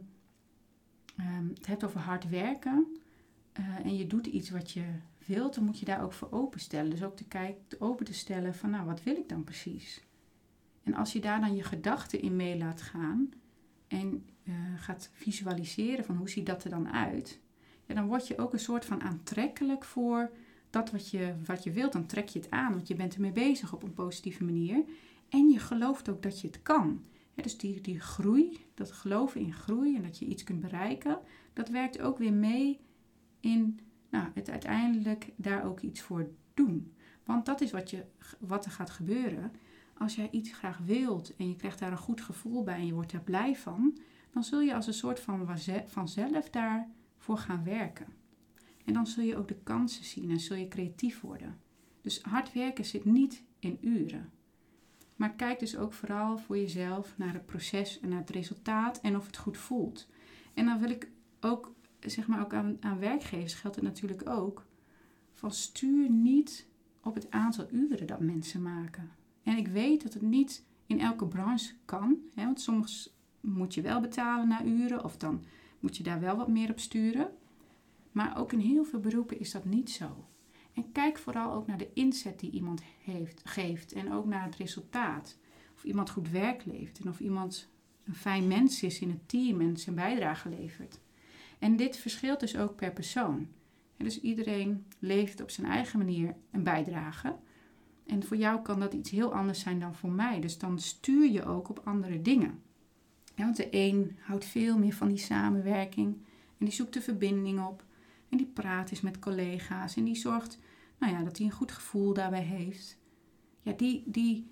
het hebt over hard werken en je doet iets wat je wilt, dan moet je daar ook voor openstellen. Dus ook open te stellen van, nou, wat wil ik dan precies? En als je daar dan je gedachten in mee laat gaan en gaat visualiseren van hoe ziet dat er dan uit, ja, dan word je ook een soort van aantrekkelijk voor dat wat je wilt. Dan trek je het aan, want je bent ermee bezig op een positieve manier. En je gelooft ook dat je het kan. Ja, dus die groei, dat geloven in groei en dat je iets kunt bereiken, dat werkt ook weer mee in het uiteindelijk daar ook iets voor doen. Want dat is wat er gaat gebeuren. Als jij iets graag wilt en je krijgt daar een goed gevoel bij en je wordt er blij van, dan zul je als een soort van vanzelf daarvoor gaan werken. En dan zul je ook de kansen zien en zul je creatief worden. Dus hard werken zit niet in uren. Maar kijk dus ook vooral voor jezelf naar het proces en naar het resultaat en of het goed voelt. En dan wil ik ook, ook aan werkgevers geldt het natuurlijk ook, van stuur niet op het aantal uren dat mensen maken. En ik weet dat het niet in elke branche kan, want soms moet je wel betalen naar uren of dan moet je daar wel wat meer op sturen. Maar ook in heel veel beroepen is dat niet zo. En kijk vooral ook naar de inzet die iemand geeft en ook naar het resultaat. Of iemand goed werk levert en of iemand een fijn mens is in het team en zijn bijdrage levert. En dit verschilt dus ook per persoon. En dus iedereen levert op zijn eigen manier een bijdrage. En voor jou kan dat iets heel anders zijn dan voor mij. Dus dan stuur je ook op andere dingen. Ja, want de een houdt veel meer van die samenwerking en die zoekt de verbinding op. En die praat eens met collega's en die zorgt dat hij een goed gevoel daarbij heeft. Ja, die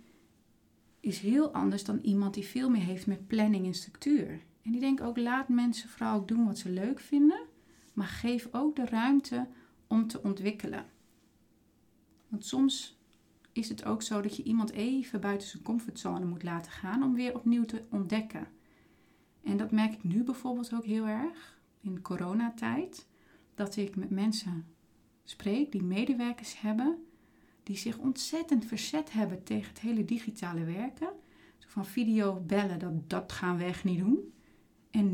is heel anders dan iemand die veel meer heeft met planning en structuur. En die denkt ook, laat mensen vooral ook doen wat ze leuk vinden, maar geef ook de ruimte om te ontwikkelen. Want soms is het ook zo dat je iemand even buiten zijn comfortzone moet laten gaan om weer opnieuw te ontdekken. En dat merk ik nu bijvoorbeeld ook heel erg in coronatijd. Dat ik met mensen spreek die medewerkers hebben, die zich ontzettend verzet hebben tegen het hele digitale werken. Zo van video bellen, dat gaan we echt niet doen. En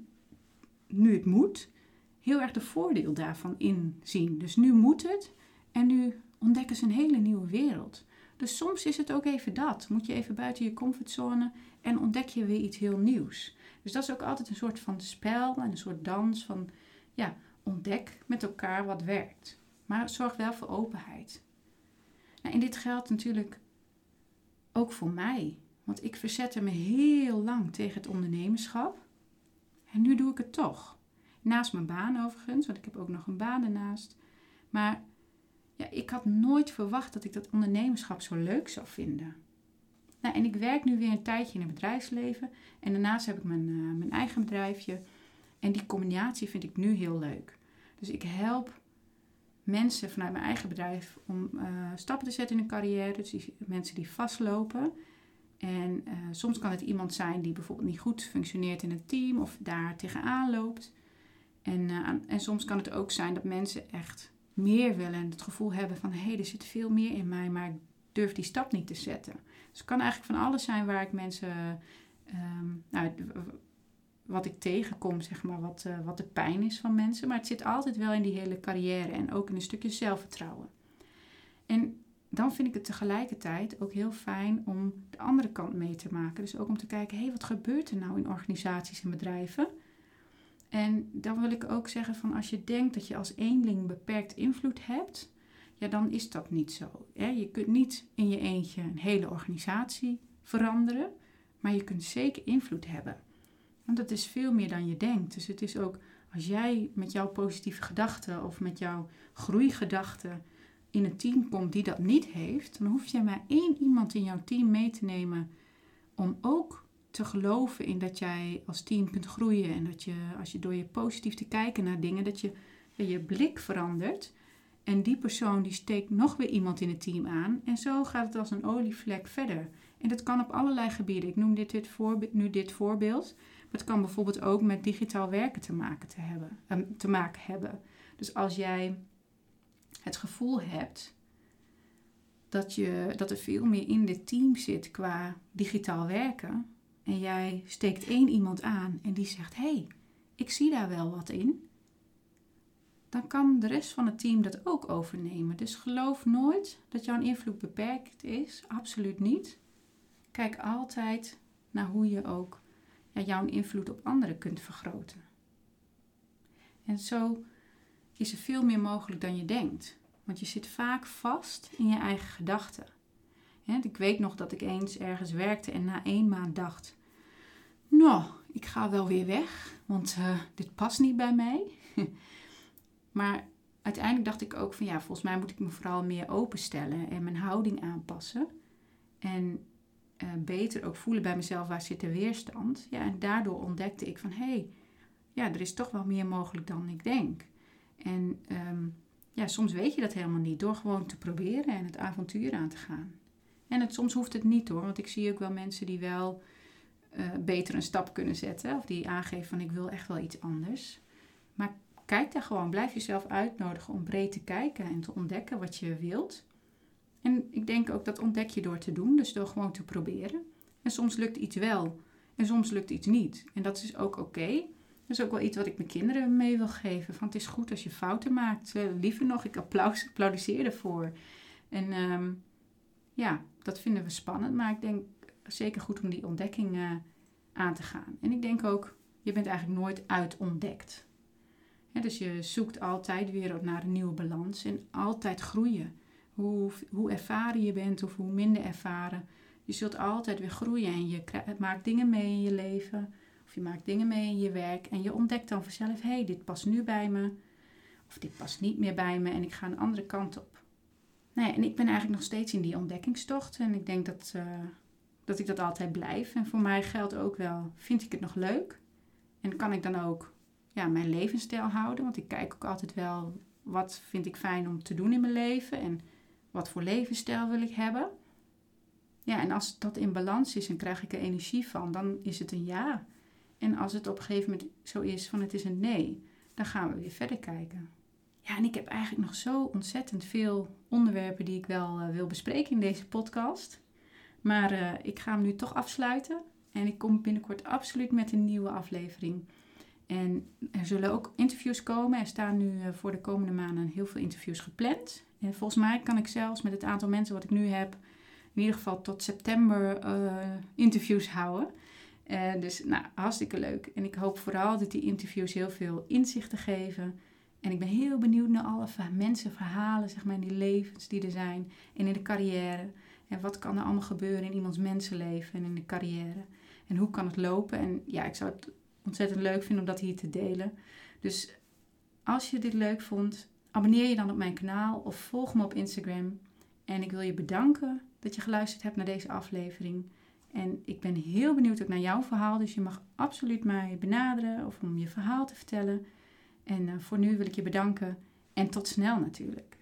nu het moet, heel erg de voordeel daarvan inzien. Dus nu moet het en nu ontdekken ze een hele nieuwe wereld. Dus soms is het ook even dat. Moet je even buiten je comfortzone en ontdek je weer iets heel nieuws. Dus dat is ook altijd een soort van spel en een soort dans van, ontdek met elkaar wat werkt. Maar zorg wel voor openheid. En dit geldt natuurlijk ook voor mij. Want ik verzette me heel lang tegen het ondernemerschap. En nu doe ik het toch. Naast mijn baan overigens, want ik heb ook nog een baan ernaast. Maar ik had nooit verwacht dat ik dat ondernemerschap zo leuk zou vinden. En ik werk nu weer een tijdje in het bedrijfsleven. En daarnaast heb ik mijn eigen bedrijfje. En die combinatie vind ik nu heel leuk. Dus ik help mensen vanuit mijn eigen bedrijf om stappen te zetten in hun carrière. Dus mensen die vastlopen. En soms kan het iemand zijn die bijvoorbeeld niet goed functioneert in het team of daar tegenaan loopt. En soms kan het ook zijn dat mensen echt meer willen en het gevoel hebben van er zit veel meer in mij, maar ik durf die stap niet te zetten. Dus het kan eigenlijk van alles zijn waar ik mensen, wat ik tegenkom, wat de pijn is van mensen. Maar het zit altijd wel in die hele carrière en ook in een stukje zelfvertrouwen. En dan vind ik het tegelijkertijd ook heel fijn om de andere kant mee te maken. Dus ook om te kijken, wat gebeurt er nou in organisaties en bedrijven? En dan wil ik ook zeggen van als je denkt dat je als eenling beperkt invloed hebt, dan is dat niet zo. Je kunt niet in je eentje een hele organisatie veranderen, maar je kunt zeker invloed hebben. Want dat is veel meer dan je denkt. Dus het is ook als jij met jouw positieve gedachten of met jouw groeigedachten in een team komt die dat niet heeft, dan hoef je maar 1 iemand in jouw team mee te nemen om ook te geloven in dat jij als team kunt groeien. En dat je, als je door je positief te kijken naar dingen, dat je blik verandert. En die persoon die steekt nog weer iemand in het team aan. En zo gaat het als een olievlek verder. En dat kan op allerlei gebieden. Ik noem dit voorbeeld. Maar het kan bijvoorbeeld ook met digitaal werken te maken hebben. Dus als jij het gevoel hebt dat er veel meer in dit team zit qua digitaal werken. En jij steekt 1 iemand aan en die zegt, hey, ik zie daar wel wat in. Dan kan de rest van het team dat ook overnemen. Dus geloof nooit dat jouw invloed beperkt is. Absoluut niet. Kijk altijd naar hoe je ook jouw invloed op anderen kunt vergroten. En zo is er veel meer mogelijk dan je denkt. Want je zit vaak vast in je eigen gedachten. Ik weet nog dat ik eens ergens werkte en na 1 maand dacht, nou, ik ga wel weer weg, want dit past niet bij mij. Maar uiteindelijk dacht ik ook van volgens mij moet ik me vooral meer openstellen en mijn houding aanpassen. En beter ook voelen bij mezelf waar zit de weerstand. Ja, en daardoor ontdekte ik van er is toch wel meer mogelijk dan ik denk. En soms weet je dat helemaal niet door gewoon te proberen en het avontuur aan te gaan. En soms hoeft het niet hoor, want ik zie ook wel mensen die wel beter een stap kunnen zetten. Of die aangeven van ik wil echt wel iets anders. Maar kijk daar gewoon, blijf jezelf uitnodigen om breed te kijken en te ontdekken wat je wilt. En ik denk ook dat ontdek je door te doen, dus door gewoon te proberen. En soms lukt iets wel en soms lukt iets niet. En dat is ook oké. Dat is ook wel iets wat ik mijn kinderen mee wil geven. Van het is goed als je fouten maakt. Liever nog, ik applaudisseer ervoor. En dat vinden we spannend. Maar ik denk zeker goed om die ontdekking aan te gaan. En ik denk ook, je bent eigenlijk nooit uitontdekt. Dus je zoekt altijd weer naar een nieuwe balans. En altijd groeien. Hoe ervaren je bent of hoe minder ervaren. Je zult altijd weer groeien. En je maakt dingen mee in je leven. Of je maakt dingen mee in je werk. En je ontdekt dan vanzelf, dit past nu bij me. Of dit past niet meer bij me. En ik ga een andere kant op. En ik ben eigenlijk nog steeds in die ontdekkingstocht. En ik denk dat ik dat altijd blijf. En voor mij geldt ook wel, vind ik het nog leuk? En kan ik dan ook mijn levensstijl houden? Want ik kijk ook altijd wel, wat vind ik fijn om te doen in mijn leven? En wat voor levensstijl wil ik hebben? Ja, en als dat in balans is en krijg ik er energie van, dan is het een ja. En als het op een gegeven moment zo is van het is een nee, dan gaan we weer verder kijken. Ja, en ik heb eigenlijk nog zo ontzettend veel onderwerpen die ik wel wil bespreken in deze podcast. Maar ik ga hem nu toch afsluiten. En ik kom binnenkort absoluut met een nieuwe aflevering. En er zullen ook interviews komen. Er staan nu voor de komende maanden heel veel interviews gepland. En volgens mij kan ik zelfs met het aantal mensen wat ik nu heb, in ieder geval tot september interviews houden. Dus hartstikke leuk. En ik hoop vooral dat die interviews heel veel inzichten geven. En ik ben heel benieuwd naar alle mensenverhalen, zeg maar, in die levens die er zijn. En in de carrière. En wat kan er allemaal gebeuren in iemands mensenleven en in de carrière. En hoe kan het lopen. En ik zou het ontzettend leuk vinden om dat hier te delen. Dus als je dit leuk vond, abonneer je dan op mijn kanaal of volg me op Instagram. En ik wil je bedanken dat je geluisterd hebt naar deze aflevering. En ik ben heel benieuwd ook naar jouw verhaal. Dus je mag absoluut mij benaderen of om je verhaal te vertellen. En voor nu wil ik je bedanken. En tot snel natuurlijk.